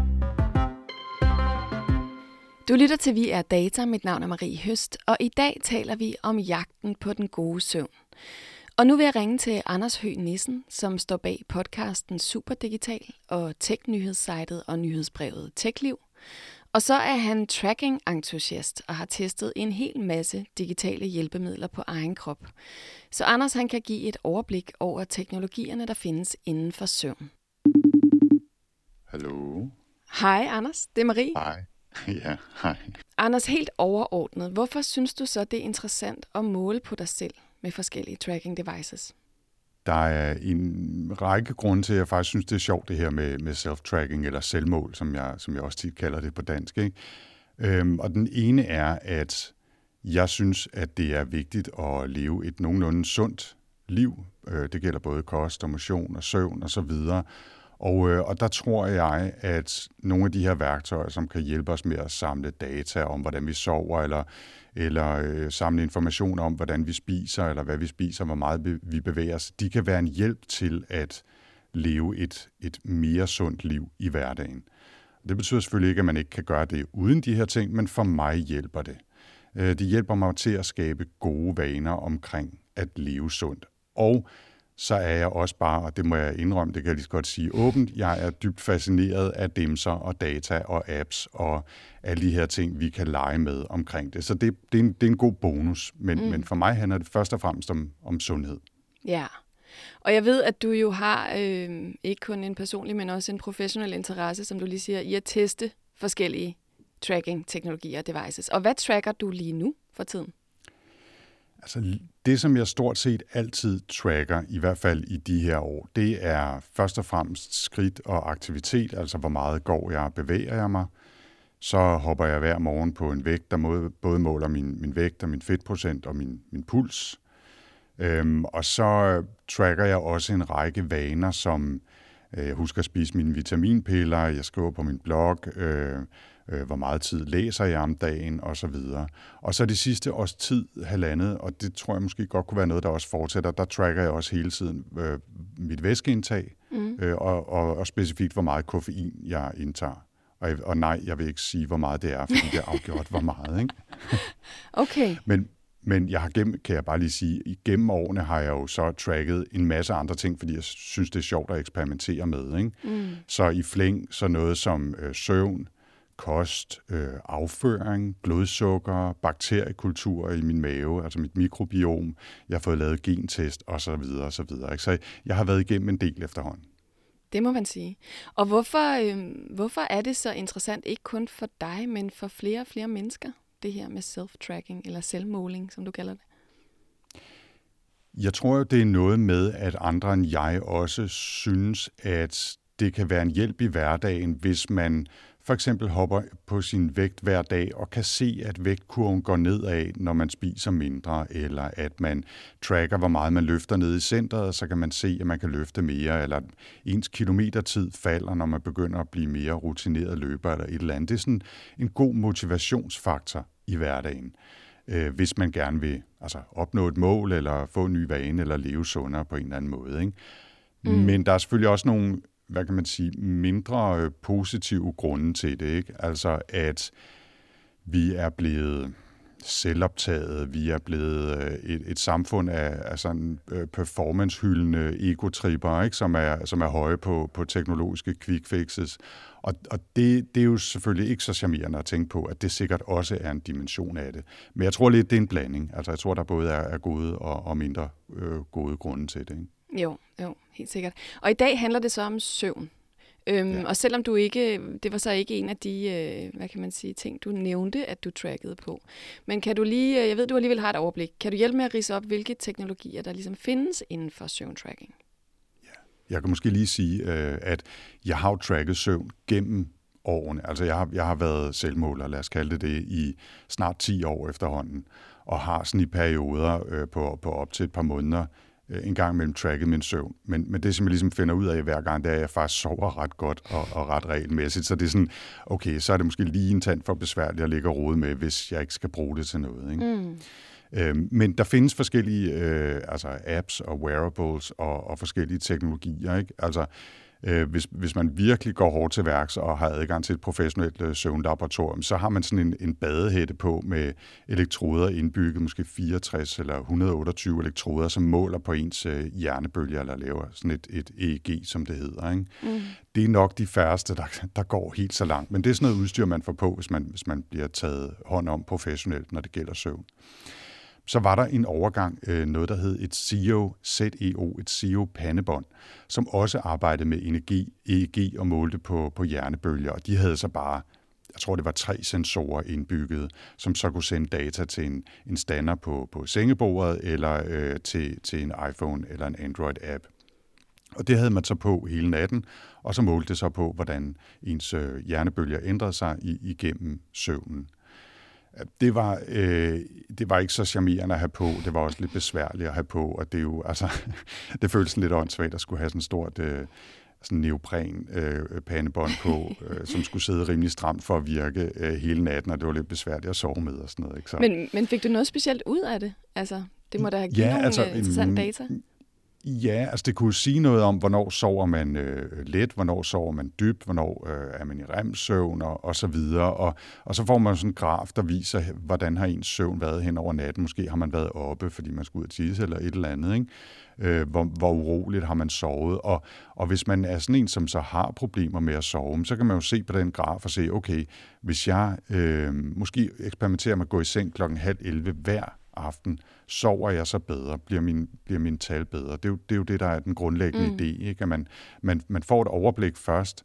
Du lytter til Vi er Data. Mit navn er Marie Høst, og i dag taler vi om jagten på den gode søvn. Og nu vil jeg ringe til Anders Høgh Nissen, som står bag podcasten Superdigital og tech-nyhedssitet og nyhedsbrevet TechLiv. Og så er han tracking-entusiast og har testet en hel masse digitale hjælpemidler på egen krop. Så Anders han kan give et overblik over teknologierne, der findes inden for søvn. Hallo. Hej Anders, det er Marie. Hej. Ja, hej. Anders, helt overordnet, hvorfor synes du så, det er interessant at måle på dig selv med forskellige tracking devices? Der er en række grunde til, at jeg faktisk synes, det er sjovt, det her med, med self-tracking, eller selvmål, som jeg, som jeg også tit kalder det på dansk. Ikke? Øhm, og den ene er, at jeg synes, at det er vigtigt at leve et nogenlunde sundt liv. Øh, det gælder både kost og motion og søvn og så videre. Og, øh, og der tror jeg, at nogle af de her værktøjer, som kan hjælpe os med at samle data om, hvordan vi sover, eller, eller øh, samle information om, hvordan vi spiser, eller hvad vi spiser, hvor meget be- vi bevæger os, de kan være en hjælp til at leve et, et mere sundt liv i hverdagen. Det betyder selvfølgelig ikke, at man ikke kan gøre det uden de her ting, men for mig hjælper det. Øh, det hjælper mig til at skabe gode vaner omkring at leve sundt. Og så er jeg også bare, og det må jeg indrømme, det kan jeg lige så godt sige åbent, jeg er dybt fascineret af dimser og data og apps og alle de her ting, vi kan lege med omkring det. Så det, det, er, en, det er en god bonus, men, mm. men for mig handler det først og fremmest om, om sundhed. Ja, og jeg ved, at du jo har øh, ikke kun en personlig, men også en professionel interesse, som du lige siger, i at teste forskellige tracking-teknologier og devices. Og hvad tracker du lige nu for tiden? Altså det, som jeg stort set altid tracker, i hvert fald i de her år, det er først og fremmest skridt og aktivitet, altså hvor meget går jeg og bevæger jeg mig. Så hopper jeg hver morgen på en vægt, der både måler min, min vægt og min fedtprocent og min, min puls. Øhm, og så tracker jeg også en række vaner, som øh, jeg husker at spise mine vitaminpiller, jeg skriver på min blog, øh, øh, hvor meget tid læser jeg om dagen osv. Og så det sidste års tid, halvandet, og det tror jeg måske godt kunne være noget, der også fortsætter, der tracker jeg også hele tiden øh, mit væskeindtag, mm. øh, og, og, og specifikt, hvor meget koffein jeg indtager. Og, og nej, jeg vil ikke sige, hvor meget det er, fordi det er afgjort, hvor meget. Ikke? Okay. Men, men jeg har gennem, kan jeg bare lige sige, igennem årene har jeg jo så tracket en masse andre ting, fordi jeg synes, det er sjovt at eksperimentere med. Ikke? Mm. Så i flæng, så noget som øh, søvn, kost, øh, afføring, blodsukker, bakteriekultur i min mave, altså mit mikrobiom. Jeg har fået lavet gentest osv. osv. Så jeg har været igennem en del efterhånden. Det må man sige. Og hvorfor, øh, hvorfor er det så interessant, ikke kun for dig, men for flere og flere mennesker, det her med self-tracking eller selvmåling, som du kalder det? Jeg tror jo, det er noget med, at andre end jeg også synes, at det kan være en hjælp i hverdagen, hvis man for eksempel hopper på sin vægt hver dag og kan se, at vægtkurven går nedad, når man spiser mindre, eller at man tracker, hvor meget man løfter ned i centret, så kan man se, at man kan løfte mere, eller ens kilometertid falder, når man begynder at blive mere rutineret løber eller et eller andet. Det er sådan en god motivationsfaktor i hverdagen, hvis man gerne vil altså, opnå et mål, eller få en ny vane, eller leve sundere på en eller anden måde. Ikke? Mm. Men der er selvfølgelig også nogle hvad kan man sige, mindre positive grunde til det, ikke? Altså, at vi er blevet selvoptaget, vi er blevet et, et samfund af, af sådan performancehyldende egotripper, ikke? Som er, som er høje på, på teknologiske quick fixes. Og, og det, det er jo selvfølgelig ikke så charmerende at tænke på, at det sikkert også er en dimension af det. Men jeg tror lidt, det er en blanding. Altså, jeg tror, der både er, er gode og, og mindre øh, gode grunde til det, ikke? Jo, jo, helt sikkert. Og i dag handler det så om søvn. Øhm, ja. Og selvom du ikke, det var så ikke en af de, øh, hvad kan man sige, ting, du nævnte, at du trackede på. Men kan du lige, jeg ved, du alligevel har et overblik, kan du hjælpe med at ridse op, hvilke teknologier, der ligesom findes inden for søvntracking? Ja, jeg kan måske lige sige, øh, at jeg har jo tracket søvn gennem årene. Altså jeg har, jeg har været selvmåler, lad os kalde det det, i snart ti år efterhånden, og har sådan i perioder øh, på, på op til et par måneder, en gang mellem tracket min søvn. Men, men det, som jeg ligesom finder ud af hver gang, det er, at jeg faktisk sover ret godt og, og ret regelmæssigt. Så det er sådan, okay, så er det måske lige en tand for besværligt at ligge og rode med, hvis jeg ikke skal bruge det til noget. Ikke? Mm. Øhm, men der findes forskellige øh, altså apps og wearables og, og forskellige teknologier. Ikke? Altså, øh, hvis, hvis man virkelig går hårdt til værks og har adgang til et professionelt øh, søvnlaboratorium, så har man sådan en, en badehætte på med elektroder indbygget, måske fireogtres eller et hundrede og otteogtyve elektroder, som måler på ens øh, hjernebølger eller laver sådan et, et E E G, som det hedder. Ikke? Mm. Det er nok de færreste, der, der går helt så langt, men det er sådan noget udstyr, man får på, hvis man, hvis man bliver taget hånd om professionelt, når det gælder søvn. Så var der en overgang, øh, noget der hed et Z E O, Z E O, et Z E O-pandebånd, som også arbejdede med energi, E E G og målte på, på hjernebølger. Og de havde så bare, jeg tror det var tre sensorer indbygget, som så kunne sende data til en, en stander på, på sengebordet, eller øh, til, til en iPhone eller en Android-app. Og det havde man så på hele natten, og så målte det så på, hvordan ens øh, hjernebølger ændrede sig i, igennem søvnen. Det var, øh, det var ikke så charmerende at have på. Det var også lidt besværligt at have på, og det er jo, altså, det føltes sådan lidt åndssvagt at skulle have sådan et stort øh, sådan neopren øh, pandebånd på, øh, som skulle sidde rimelig stramt for at virke øh, hele natten, og det var lidt besværligt at sove med og sådan noget. Ikke? Så. Men, men fik du noget specielt ud af det? Altså, det må da have givet ja, nogle altså, interessante data. Ja, altså det kunne sige noget om, hvornår sover man øh, let, hvornår sover man dybt, hvornår øh, er man i rem-søvn og, og så videre. Og, og så får man sådan en graf, der viser, hvordan har ens søvn været hen over natten. Måske har man været oppe, fordi man skulle ud at tisse eller et eller andet. Ikke? Øh, hvor, hvor uroligt har man sovet. Og, og hvis man er sådan en, som så har problemer med at sove, så kan man jo se på den graf og se, okay, hvis jeg øh, måske eksperimenterer med at gå i seng klokken halv elleve hver aften, sover jeg så bedre, bliver min, bliver min tal bedre. Det er, jo, det er jo det, der er den grundlæggende mm. idé, ikke? At man, man, man får et overblik først,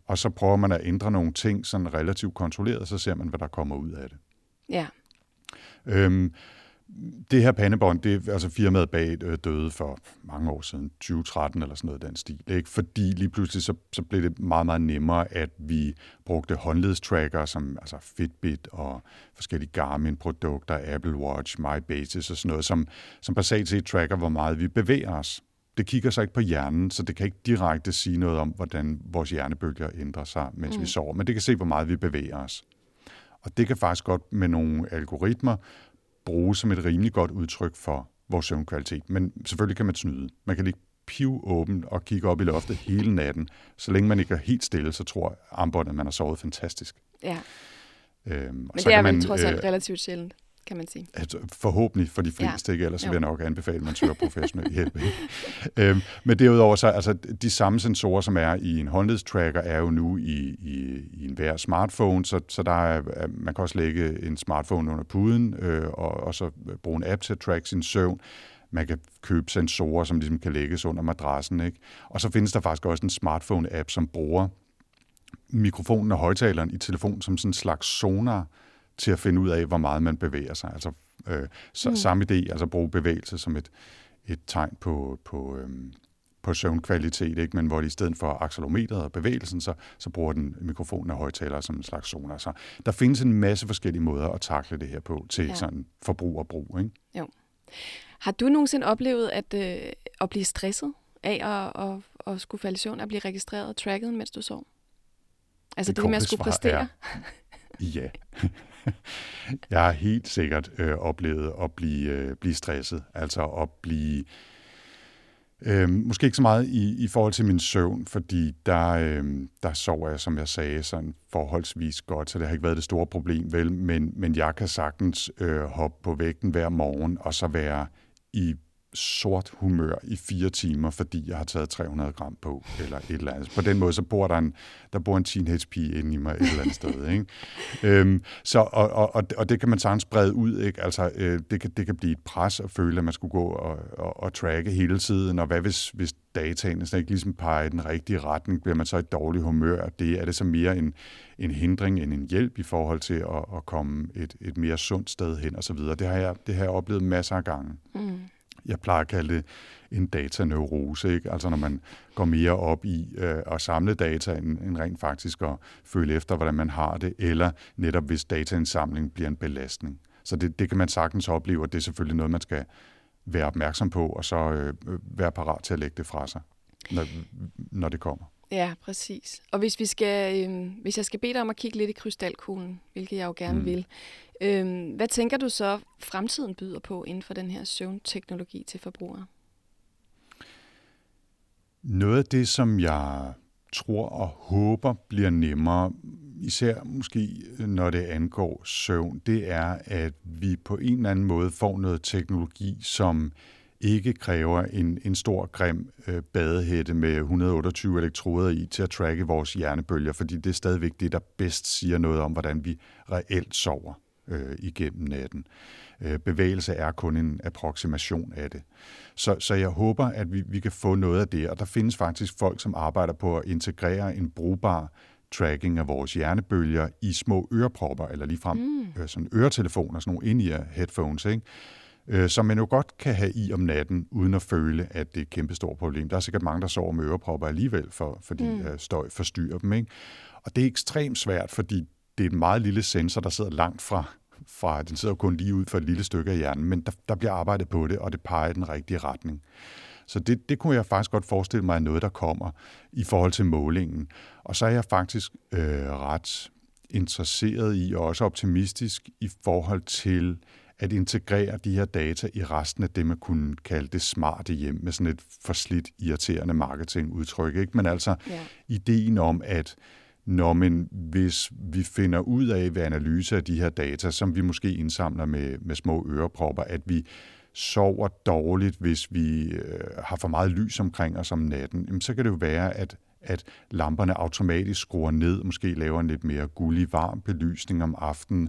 og så prøver man at ændre nogle ting sådan relativt kontrolleret, og så ser man, hvad der kommer ud af det. Ja. Øhm, det her pandebånd, det er altså firmaet bag øh, døde for mange år siden, tyve tretten eller sådan noget den stil, ikke? Fordi lige pludselig så, så blev det meget, meget nemmere, at vi brugte håndledstracker som altså Fitbit og forskellige Garmin-produkter, Apple Watch, MyBasis og sådan noget, som, som basalt set tracker, hvor meget vi bevæger os. Det kigger så ikke på hjernen, så det kan ikke direkte sige noget om, hvordan vores hjernebølger ændrer sig, mens mm. vi sover, men det kan se, hvor meget vi bevæger os. Og det kan faktisk godt med nogle algoritmer bruges som et rimelig godt udtryk for vores søvnkvalitet. Men selvfølgelig kan man snyde. Man kan ligge pivåben og kigge op i loftet hele natten. Så længe man ikke er helt stille, så tror armbåndet, at man har sovet fantastisk. Ja. Øhm, Men så det er man, vel trods alt øh, relativt sjældent, kan man sige. Altså, forhåbentlig for de fleste, ja. Ikke? Ellers vil jeg nok anbefale, at man søger professionel hjælp. øhm, men derudover, så altså, de samme sensorer, som er i en håndledstracker, er jo nu i, i, i enhver smartphone, så, så der er, man kan også lægge en smartphone under puden, øh, og, og så bruge en app til at track sin søvn. Man kan købe sensorer, som ligesom kan lægges under madrassen, ikke? Og så findes der faktisk også en smartphone-app, som bruger mikrofonen og højtaleren i telefonen som sådan en slags sonar til at finde ud af, hvor meget man bevæger sig. Altså øh, så, mm. samme idé, altså bruge bevægelse som et, et tegn på, på, øhm, på søvnkvalitet, ikke? Men hvor de i stedet for accelerometeret og bevægelsen, så, så bruger den mikrofonen og højtaler som en slags sonar. Så der findes en masse forskellige måder at takle det her på til ja. Sådan forbrug og brug, ikke? Jo. Har du nogensinde oplevet at, øh, at blive stresset af at, at, at skulle falde i søvn og blive registreret og tracket, mens du sov? Altså det, det med at skulle præstere? Er, ja. Jeg har helt sikkert øh, oplevet at blive, øh, blive stresset. Altså at blive... Øh, måske ikke så meget i, i forhold til min søvn, fordi der, øh, der sover jeg, som jeg sagde, sådan forholdsvis godt, så det har ikke været det store problem, vel, men, men jeg kan sagtens øh, hoppe på vægten hver morgen, og så være i sort humør i fire timer, fordi jeg har taget tre hundrede gram på, eller et eller andet. På den måde, så bor der en, der bor en teenage-pige inde i mig et eller andet sted, ikke? Øhm, så, og, og, og det kan man sagtens brede ud, ikke? Altså, øh, det, kan, det kan blive et pres at føle, at man skulle gå og, og, og tracke hele tiden, og hvad hvis, hvis dataene ikke ligesom peger i den rigtige retning, bliver man så i dårlig humør? Det er det så mere en, en hindring end en hjælp i forhold til at, at komme et, et mere sundt sted hen, og så videre. Det har jeg, det har jeg oplevet masser af gange. Mm. Jeg plejer at kalde det en dataneurose, ikke? Altså når man går mere op i øh, at samle data, end, end rent faktisk at føle efter, hvordan man har det, eller netop hvis dataindsamling bliver en belastning. Så det, det kan man sagtens opleve, og det er selvfølgelig noget, man skal være opmærksom på, og så øh, være parat til at lægge det fra sig, når, når det kommer. Ja, præcis. Og hvis, vi skal, øh, hvis jeg skal bede dig om at kigge lidt i krystalkuglen, hvilket jeg jo gerne mm. vil, øh, hvad tænker du så, fremtiden byder på inden for den her søvnteknologi til forbrugere? Noget af det, som jeg tror og håber bliver nemmere, især måske når det angår søvn, det er, at vi på en eller anden måde får noget teknologi, som ikke kræver en, en stor, grim øh, badehætte med et hundrede og otteogtyve elektroder i til at tracke vores hjernebølger, fordi det er stadigvæk det, der bedst siger noget om, hvordan vi reelt sover øh, igennem natten. Øh, bevægelse er kun en approximation af det. Så, så jeg håber, at vi, vi kan få noget af det, og der findes faktisk folk, som arbejder på at integrere en brugbar tracking af vores hjernebølger i små ørepropper, eller ligefrem mm. øh, sådan øretelefoner, sådan nogle in-ear headphones, ikke? Øh, som man jo godt kan have i om natten, uden at føle, at det er et kæmpestort problem. Der er sikkert mange, der sover med ørepropper alligevel, for, fordi mm. øh, støj forstyrrer dem, ikke? Og det er ekstremt svært, fordi det er et meget lille sensor, der sidder langt fra, fra den sidder kun lige ud for et lille stykke af hjernen, men der, der bliver arbejdet på det, og det peger i den rigtige retning. Så det, det kunne jeg faktisk godt forestille mig, noget der kommer i forhold til målingen. Og så er jeg faktisk øh, ret interesseret i, og også optimistisk i forhold til at integrere de her data i resten af det, man kunne kalde det smarte hjem, med sådan et forslidt, irriterende marketingudtryk, ikke? Men altså ja. Ideen om, at når man, hvis vi finder ud af ved analyse af de her data, som vi måske indsamler med, med små ørepropper, at vi sover dårligt, hvis vi øh, har for meget lys omkring os om natten, jamen, så kan det jo være, at at lamperne automatisk skruer ned, måske laver en lidt mere gullig varm belysning om aftenen,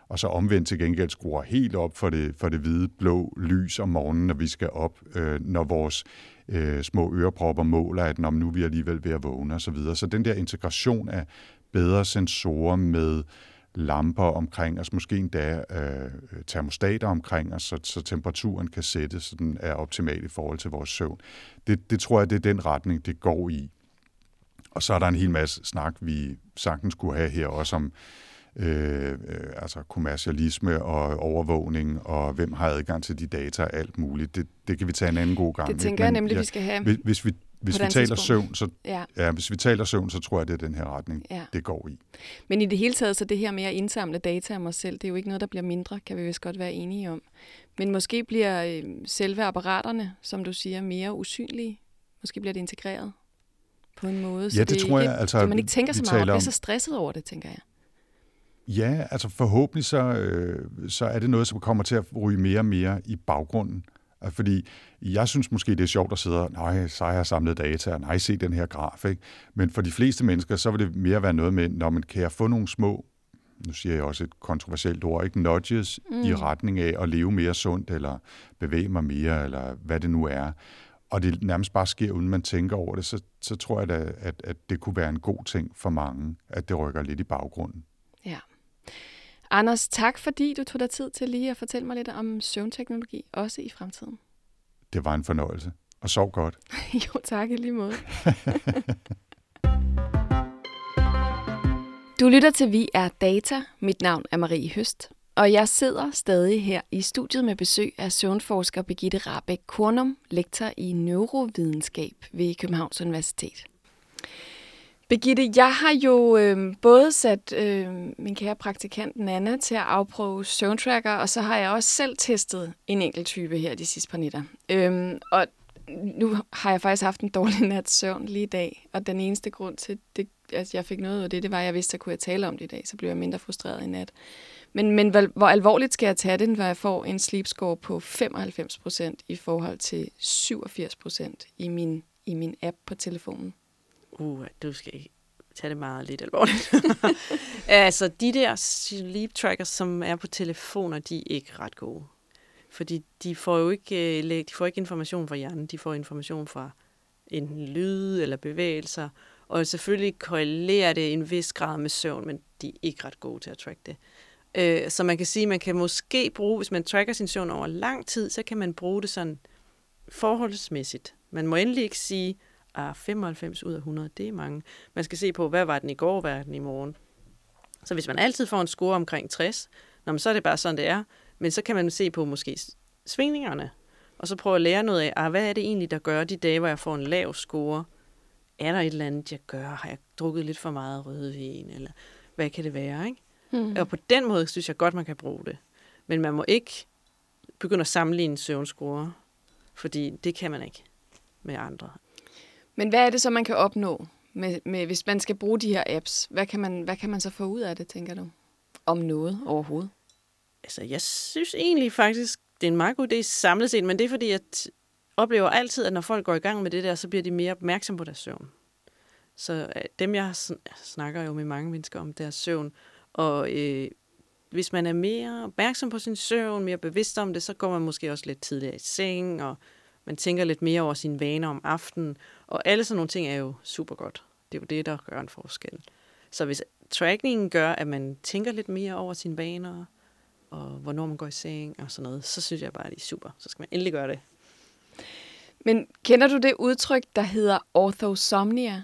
og så omvendt til gengæld skruer helt op for det, for det hvide, blå lys om morgenen, når vi skal op, øh, når vores øh, små ørepropper måler, at når nu er vi alligevel ved at vågne og så videre. Så den der integration af bedre sensorer med lamper omkring os, måske endda øh, termostater omkring os, så, så temperaturen kan sættes, så den er optimal i forhold til vores søvn. Det, det tror jeg, det er den retning, det går i. Og så er der en hel masse snak, vi sagtens kunne have her også om øh, øh, altså kommercialisme og overvågning, og hvem har adgang til de data og alt muligt. Det, det kan vi tage en anden god gang. Det tænker Men, jeg nemlig, ja, vi skal have. Hvis, hvis vi Hvis vi taler søvn, så ja. Ja, hvis vi taler søvn, så tror jeg, det er den her retning, ja. det går i. Men i det hele taget, så det her med at indsamle data om os selv, det er jo ikke noget, der bliver mindre, kan vi vist godt være enige om. Men måske bliver øh, selve apparaterne, som du siger, mere usynlige. Måske bliver det integreret på en måde, så ja, det, det tror ikke, jeg, altså, så man ikke tænker så meget, og om... bliver så stresset over det, tænker jeg. Ja, altså forhåbentlig så, øh, så er det noget, som kommer til at ryge mere og mere i baggrunden. Fordi jeg synes måske, det er sjovt at sidde og, nej, så har jeg samlet data, og nej, se den her graf, ikke? Men for de fleste mennesker, så vil det mere være noget med, når man kan jeg få nogle små, nu siger jeg også et kontroversielt ord, ikke, nudges mm. i retning af at leve mere sundt, eller bevæge mig mere, eller hvad det nu er. Og det nærmest bare sker, uden man tænker over det, så, så tror jeg da, at, at det kunne være en god ting for mange, at det rykker lidt i baggrunden. Ja. Anders, tak fordi du tog dig tid til lige at fortælle mig lidt om søvnteknologi, også i fremtiden. Det var en fornøjelse. Og sov godt. Jo, tak i lige måde. Du lytter til Vi er Data. Mit navn er Marie Høst, og jeg sidder stadig her i studiet med besøg af søvnforsker Birgitte Rahbek Kornum, lektor i neurovidenskab ved Københavns Universitet. Birgitte, jeg har jo øh, både sat øh, min kære praktikant Nana til at afprøve søvntracker, og så har jeg også selv testet en enkelt type her de sidste par nætter. Øhm, og nu har jeg faktisk haft en dårlig nats søvn lige i dag, og den eneste grund til, det, at jeg fik noget ud af det, det var, at jeg vidste, at kunne jeg tale om det i dag, så blev jeg mindre frustreret i nat. Men, men hvor, hvor alvorligt skal jeg tage det, når jeg får en sleep score på femoghalvfems procent i forhold til syvogfirs procent i min, i min app på telefonen? Uh, du skal ikke tage det meget lidt alvorligt. Altså, de der sleep trackers, som er på telefoner, de er ikke ret gode. Fordi de får jo ikke, de får ikke information fra hjernen, de får information fra enten lyd eller bevægelser. Og selvfølgelig korrelerer det i en vis grad med søvn, men de er ikke ret gode til at track det. Så man kan sige, man kan måske bruge, hvis man tracker sin søvn over lang tid, så kan man bruge det sådan forholdsmæssigt. Man må endelig ikke sige, ah, femoghalvfems ud af hundrede, det er mange. Man skal se på, hvad var den i går, hvad er den i morgen. Så hvis man altid får en score omkring tres, så er det bare sådan, det er. Men så kan man se på måske svingningerne, og så prøve at lære noget af, ah, hvad er det egentlig, der gør de dage, hvor jeg får en lav score? Er der et eller andet, jeg gør? Har jeg drukket lidt for meget rødvin? Eller hvad kan det være, ikke? Mm. Og på den måde synes jeg godt, man kan bruge det. Men man må ikke begynde at sammenligne søvnscore, fordi det kan man ikke med andre. Men hvad er det så, man kan opnå, med, med, hvis man skal bruge de her apps? Hvad kan, man, hvad kan man så få ud af det, tænker du? Om noget overhovedet? Altså, jeg synes egentlig faktisk, det er en meget god idé samlet set, men det er fordi, jeg oplever altid, at når folk går i gang med det der, så bliver de mere opmærksom på deres søvn. Så dem, jeg snakker jo med mange mennesker om deres søvn, og øh, hvis man er mere opmærksom på sin søvn, mere bevidst om det, så går man måske også lidt tidligere i seng, og man tænker lidt mere over sine vaner om aftenen, og alle sådan nogle ting er jo super godt. Det er jo det, der gør en forskel. Så hvis trackingen gør, at man tænker lidt mere over sine vaner, og hvornår man går i seng og sådan noget, så synes jeg bare, at det er super. Så skal man endelig gøre det. Men kender du det udtryk, der hedder orthosomnia?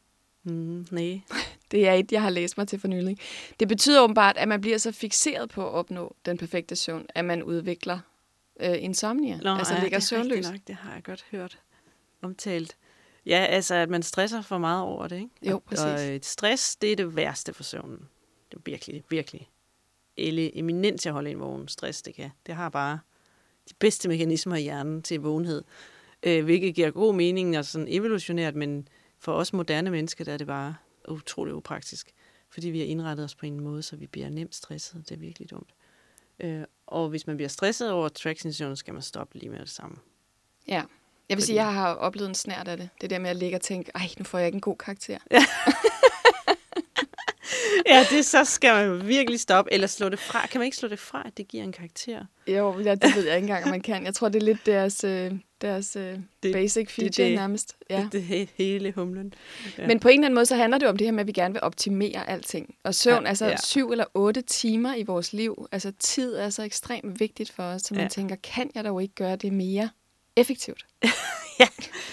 Mm, nej. Det er et, jeg har læst mig til for nylig. Det betyder åbenbart, at man bliver så fikseret på at opnå den perfekte søvn, at man udvikler øh, insomnia. Nå, altså ja, ligger det er søvnløs. nok, det har jeg godt hørt omtalt. Ja, altså at man stresser for meget over det, ikke? Jo, præcis. Og, og stress, det er det værste for søvnen. Det er virkelig, virkelig eminent til at holde en vågen. Stress, det kan. Det har bare de bedste mekanismer i hjernen til vågenhed, øh, hvilket giver god mening og sådan evolutionært, men for os moderne mennesker, der er det bare utroligt upraktisk, fordi vi har indrettet os på en måde, så vi bliver nemt stresset. Det er virkelig dumt. Øh, og hvis man bliver stresset over track-sensationen, skal man stoppe lige med det samme. Ja, jeg vil fordi... sige, at jeg har oplevet en snært af det. Det der med at ligge og tænke, ej, nu får jeg ikke en god karakter. Ja, det så skal man jo virkelig stoppe, eller slå det fra. Kan man ikke slå det fra, at det giver en karakter? Jo, ja, det ved jeg ikke engang, om man kan. Jeg tror, det er lidt deres, øh, deres øh, det, basic feature det, det, nærmest. Ja. Det, det hele humlen. Ja. Men på en eller anden måde, så handler det om det her med, at vi gerne vil optimere alting. Og søvn, ja, altså ja. syv eller otte timer i vores liv, altså tid er så ekstremt vigtigt for os, så man ja. tænker, kan jeg dog ikke gøre det mere effektivt? ja,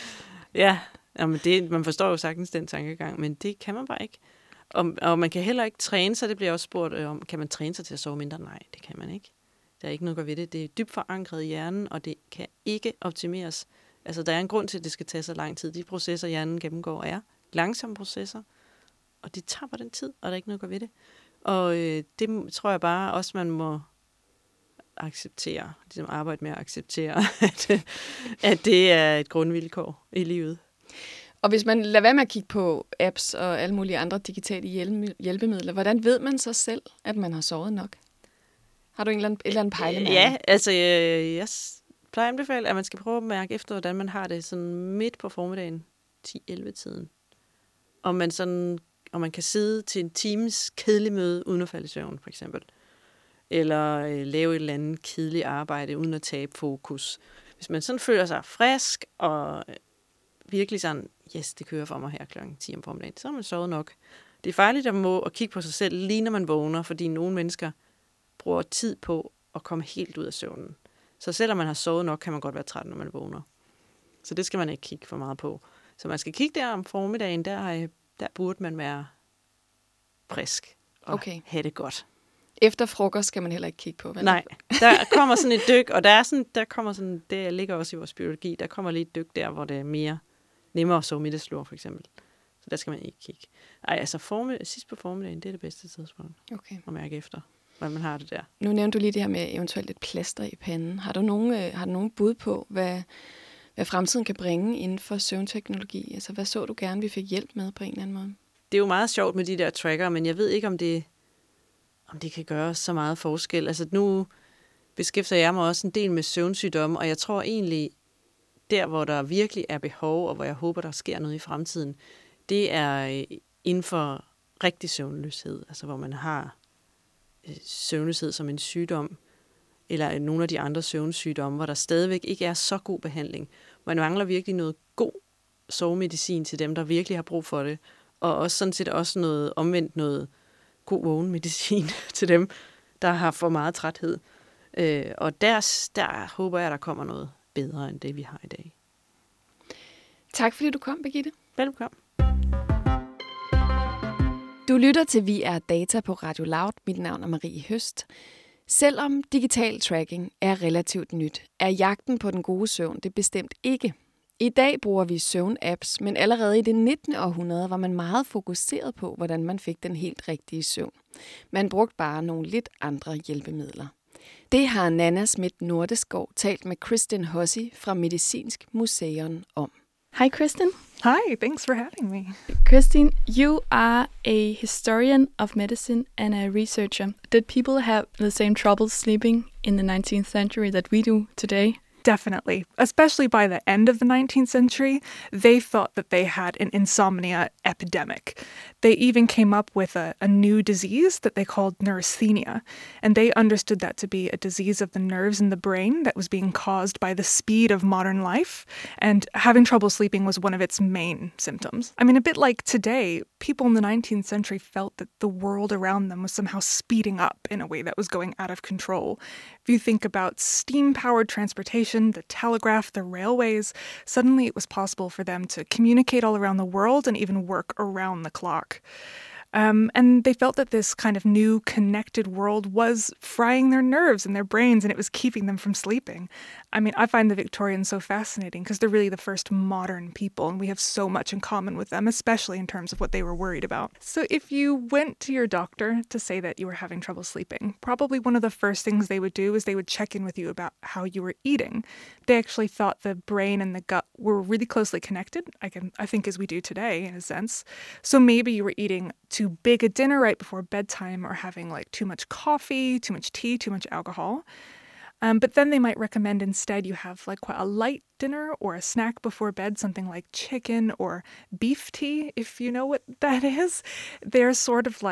ja. Jamen det, man forstår jo sagtens den tankegang, men det kan man bare ikke. Og, og man kan heller ikke træne sig, det bliver også spurgt om, kan man træne sig til at sove mindre? Nej, det kan man ikke. Der er ikke noget at gøre ved det. Det er dybt forankret i hjernen, og det kan ikke optimeres. Altså, der er en grund til, at det skal tage så lang tid. De processer, hjernen gennemgår, er langsomme processer, og det tager bare den tid, og der er ikke noget at gøre ved det. Og øh, det tror jeg bare også, man må acceptere, ligesom arbejde med at acceptere, at, at det er et grundvilkår i livet. Og hvis man lader være med at kigge på apps og alle mulige andre digitale hjælpemidler, hvordan ved man så selv, at man har sovet nok? Har du en eller anden, et eller andet pejlemærke? Ja, altså jeg, jeg plejer at anbefale, at man skal prøve at mærke efter, hvordan man har det sådan midt på formiddagen, ti elleve tiden. Og man, sådan, og man kan sidde til en times kedelig møde, uden at falde i søvn, for eksempel. Eller øh, lave et eller andet kedeligt arbejde, uden at tabe fokus. Hvis man sådan føler sig frisk, og virkelig sådan, yes, det kører for mig her klokken ti om formiddagen, så har man sovet nok. Det er farligt at må at kigge på sig selv, lige når man vågner, fordi nogle mennesker bruger tid på at komme helt ud af søvnen. Så selvom man har sovet nok, kan man godt være træt, når man vågner. Så det skal man ikke kigge for meget på. Så man skal kigge der om formiddagen, der, der burde man være frisk og okay. have det godt. Efter frokost skal man heller ikke kigge på, vel? Nej, der kommer sådan et dyk, og der er sådan, der kommer sådan, det ligger også i vores biologi, der kommer lige et dyk der, hvor det er mere nemmere at sove middagslur, for eksempel. Så der skal man ikke kigge. Ej, altså formid- sidst på formiddagen, det er det bedste tidspunkt okay. at mærke efter, hvordan man har det der. Nu nævnte du lige det her med eventuelt et plaster i panden. Har du nogen, øh, har du nogen bud på, hvad, hvad fremtiden kan bringe inden for søvnteknologi? Altså, hvad så du gerne, vi fik hjælp med på en eller anden måde? Det er jo meget sjovt med de der tracker, men jeg ved ikke, om det, om det kan gøre så meget forskel. Altså, nu beskæftiger jeg mig også en del med søvnsygdomme, og jeg tror egentlig, der hvor der virkelig er behov, og hvor jeg håber, der sker noget i fremtiden, det er inden for rigtig søvnløshed. Altså, hvor man har søvnløshed som en sygdom, eller nogle af de andre søvnsygdomme, hvor der stadigvæk ikke er så god behandling. Man mangler virkelig noget god sovemedicin til dem, der virkelig har brug for det, og også sådan set også noget omvendt noget god vågenmedicin til dem, der har for meget træthed. Øh, og der, der håber jeg, der kommer noget bedre end det, vi har i dag. Tak fordi du kom, Birgitte. Velkommen. Du lytter til Vi er Data på Radio Loud. Mit navn er Marie Høst. Selvom digital tracking er relativt nyt, er jagten på den gode søvn det bestemt ikke. I dag bruger vi søvn-apps, men allerede i det nittende århundrede var man meget fokuseret på, hvordan man fik den helt rigtige søvn. Man brugte bare nogle lidt andre hjælpemidler. Det har Nanna Schmidt Nordeskov talt med Kristin Hossi fra Medicinsk Museum om. Hi, Kristin. Hi, thanks for having me. Kristin, you are a historian of medicine and a researcher. Did people have the same trouble sleeping in the nineteenth century that we do today? Definitely. Especially by the end of the nineteenth century, they thought that they had an insomnia epidemic. They even came up with a, a new disease that they called neurasthenia, and they understood that to be a disease of the nerves in the brain that was being caused by the speed of modern life, and having trouble sleeping was one of its main symptoms. I mean, a bit like today, people in the nineteenth century felt that the world around them was somehow speeding up in a way that was going out of control. If you think about steam-powered transportation, the telegraph, the railways, suddenly it was possible for them to communicate all around the world and even work around the clock. Um, and they felt that this kind of new connected world was frying their nerves and their brains, and it was keeping them from sleeping. I mean, I find the Victorians so fascinating because they're really the first modern people, and we have so much in common with them, especially in terms of what they were worried about. So if you went to your doctor to say that you were having trouble sleeping, probably one of the first things they would do is they would check in with you about how you were eating. They actually thought the brain and the gut were really closely connected, I can, I think as we do today in a sense. So maybe you were eating too big a dinner right before bedtime, or having like too much coffee, too much tea, too much alcohol. Um, but then they might recommend instead you have like quite a light dinner or a snack before bed, something like chicken or beef tea, if you know what that is. They're sort of like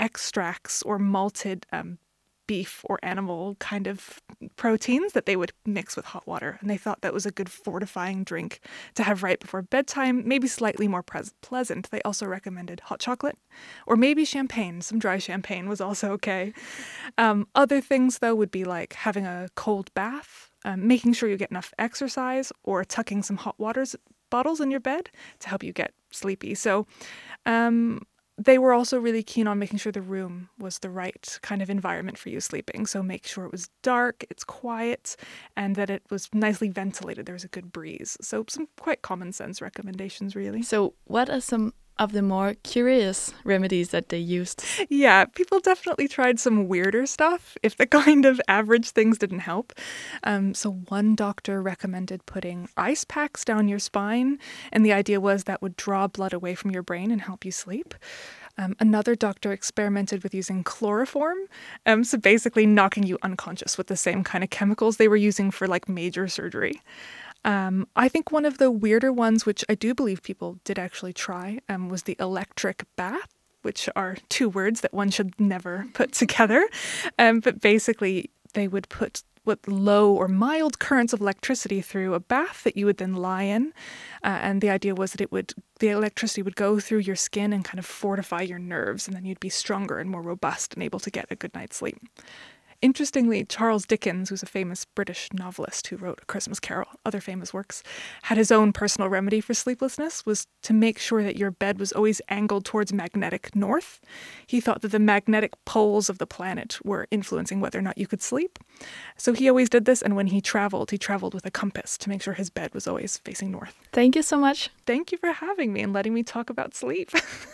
extracts or malted um, beef or animal kind of proteins that they would mix with hot water. And they thought that was a good fortifying drink to have right before bedtime, maybe slightly more pres- pleasant. They also recommended hot chocolate or maybe champagne. Some dry champagne was also okay. Um, other things, though, would be like having a cold bath, um, making sure you get enough exercise, or tucking some hot water bottles in your bed to help you get sleepy. So um, they were also really keen on making sure the room was the right kind of environment for you sleeping. So make sure it was dark, it's quiet, and that it was nicely ventilated. There was a good breeze. So some quite common sense recommendations, really. So what are some of the more curious remedies that they used? Yeah, people definitely tried some weirder stuff if the kind of average things didn't help. Um, so one doctor recommended putting ice packs down your spine, and the idea was that would draw blood away from your brain and help you sleep. Um, another doctor experimented with using chloroform, um, so basically knocking you unconscious with the same kind of chemicals they were using for like major surgery. Um, I think one of the weirder ones, which I do believe people did actually try, um, was the electric bath, which are two words that one should never put together. Um, but basically, they would put with low or mild currents of electricity through a bath that you would then lie in. Uh, and the idea was that it would the electricity would go through your skin and kind of fortify your nerves, and then you'd be stronger and more robust and able to get a good night's sleep. Interestingly, Charles Dickens, who's a famous British novelist who wrote A Christmas Carol, other famous works, had his own personal remedy for sleeplessness, was to make sure that your bed was always angled towards magnetic north. He thought that the magnetic poles of the planet were influencing whether or not you could sleep. So he always did this, and when he traveled, he traveled with a compass to make sure his bed was always facing north. Thank you so much. Thank you for having me and letting me talk about sleep.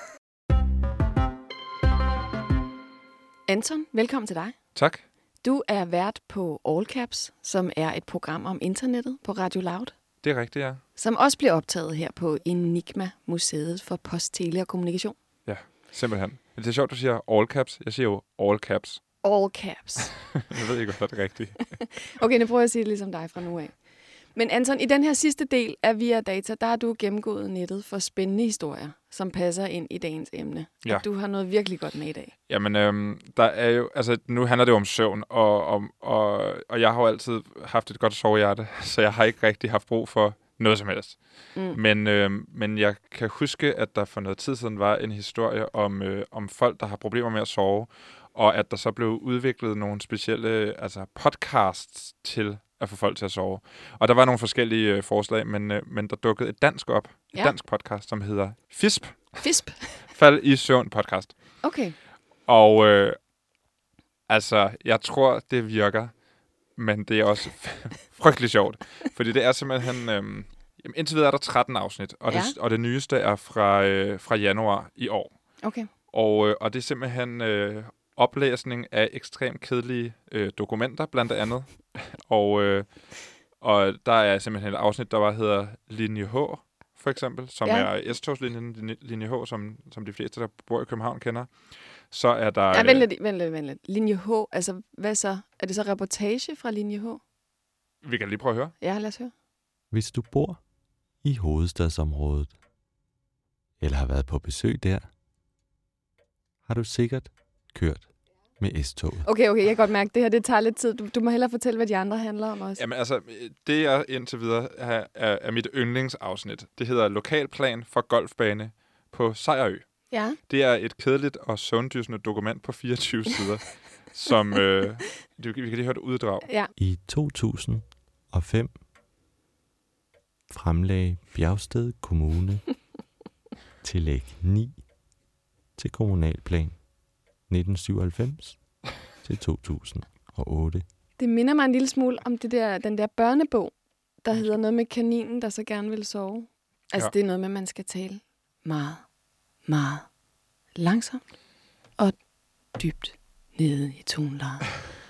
Anton, velkommen til dig. Tak. Du er vært på All Caps, som er et program om internettet på Radio Loud, Det er rigtigt, ja. som også bliver optaget her på Enigma Museet for Post, Tele og Kommunikation. Ja, simpelthen. Det er sjovt, du siger all caps. Jeg siger jo all caps. All Caps. Jeg ved ikke, hvad det er rigtigt. Okay, nu prøver jeg at sige det ligesom dig fra nu af. Men Anton, i den her sidste del af Via Data, der har du gennemgået nettet for spændende historier, som passer ind i dagens emne. Ja. Og du har noget virkelig godt med i dag. Jamen, øhm, der er jo, altså, nu handler det jo om søvn, og, og, og, og jeg har jo altid haft et godt sovehjerte, så jeg har ikke rigtig haft brug for noget som helst. Mm. Men, øhm, men jeg kan huske, at der for noget tid siden var en historie om, øh, om folk, der har problemer med at sove, og at der så blev udviklet nogle specielle altså podcasts til at få folk til at sove. Og der var nogle forskellige øh, forslag, men, øh, men der dukkede et dansk op, et ja. dansk podcast, som hedder Fisp. Fisp? Fald i søvn podcast. Okay. Og øh, altså, jeg tror, det virker, men det er også frygtelig sjovt. Fordi det er simpelthen... Øh, indtil videre er der tretten afsnit, og, ja. det, og det nyeste er fra, øh, fra januar i år. Okay. Og, øh, og det er simpelthen øh, oplæsning af ekstremt kedelige øh, dokumenter, blandt andet. og, øh, og der er simpelthen et afsnit, der bare hedder Linje H, for eksempel, som ja. er S-togslinjen Linje H, som, som de fleste, der bor i København, kender. Så er der... Ja, vent lidt, vent lidt, vent lidt. Linje H, altså hvad så? Er det så reportage fra Linje H? Vi kan lige prøve at høre. Ja, lad os høre. Hvis du bor i hovedstadsområdet, eller har været på besøg der, har du sikkert kørt med S-toget. Okay, okay, jeg kan godt mærke, at det her det tager lidt tid. Du, du må hellere fortælle, hvad de andre handler om også. Jamen altså, det er indtil videre er, er, er mit yndlingsafsnit. Det hedder Lokalplan for golfbane på Sejerø. Ja. Det er et kedeligt og søvndysende dokument på fireogtyve sider, som øh, vi kan lige høre det uddrag. Ja. I to tusind og fem fremlagde Bjergsted Kommune tillæg ni til kommunalplan nitten syvoghalvfems til to tusind og otte. Det minder mig en lille smule om det der, den der børnebog, der hedder noget med kaninen, der så gerne vil sove. Altså, ja. Det er noget med, at man skal tale meget, meget langsomt og dybt nede i tonelejet.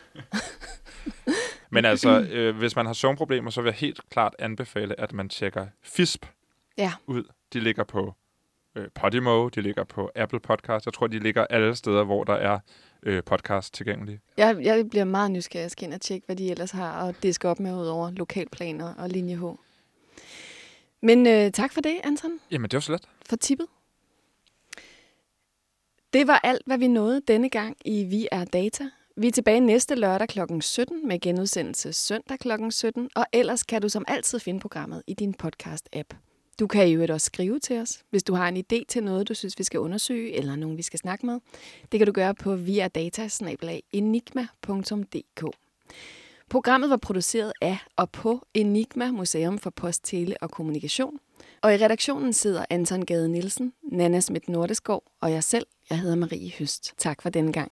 Men altså, øh, hvis man har søvnproblemer, så vil jeg helt klart anbefale, at man tjekker Fisp ja. ud. De ligger på øh, Podimo, de ligger på Apple Podcast. Jeg tror, de ligger alle steder, hvor der er øh, podcast tilgængelige. Jeg, jeg bliver meget nysgerrig. Jeg skal ind og tjekke, hvad de ellers har at diske op med ud over lokalplaner og Linje H. Men øh, tak for det, Anton. Jamen, det var så let. For tippet. Det var alt, hvad vi nåede denne gang i Vi er Data. Vi er tilbage næste lørdag klokken sytten med genudsendelse søndag klokken sytten, og ellers kan du som altid finde programmet i din podcast-app. Du kan jo også skrive til os, hvis du har en idé til noget, du synes, vi skal undersøge, eller nogen, vi skal snakke med. Det kan du gøre på viadata bindestreg enigma punktum d k. Programmet var produceret af og på Enigma Museum for Post, Tele og Kommunikation. Og i redaktionen sidder Anton Gade Nielsen, Nanna Schmidt Nordeskov og jeg selv. Jeg hedder Marie Høst. Tak for denne gang.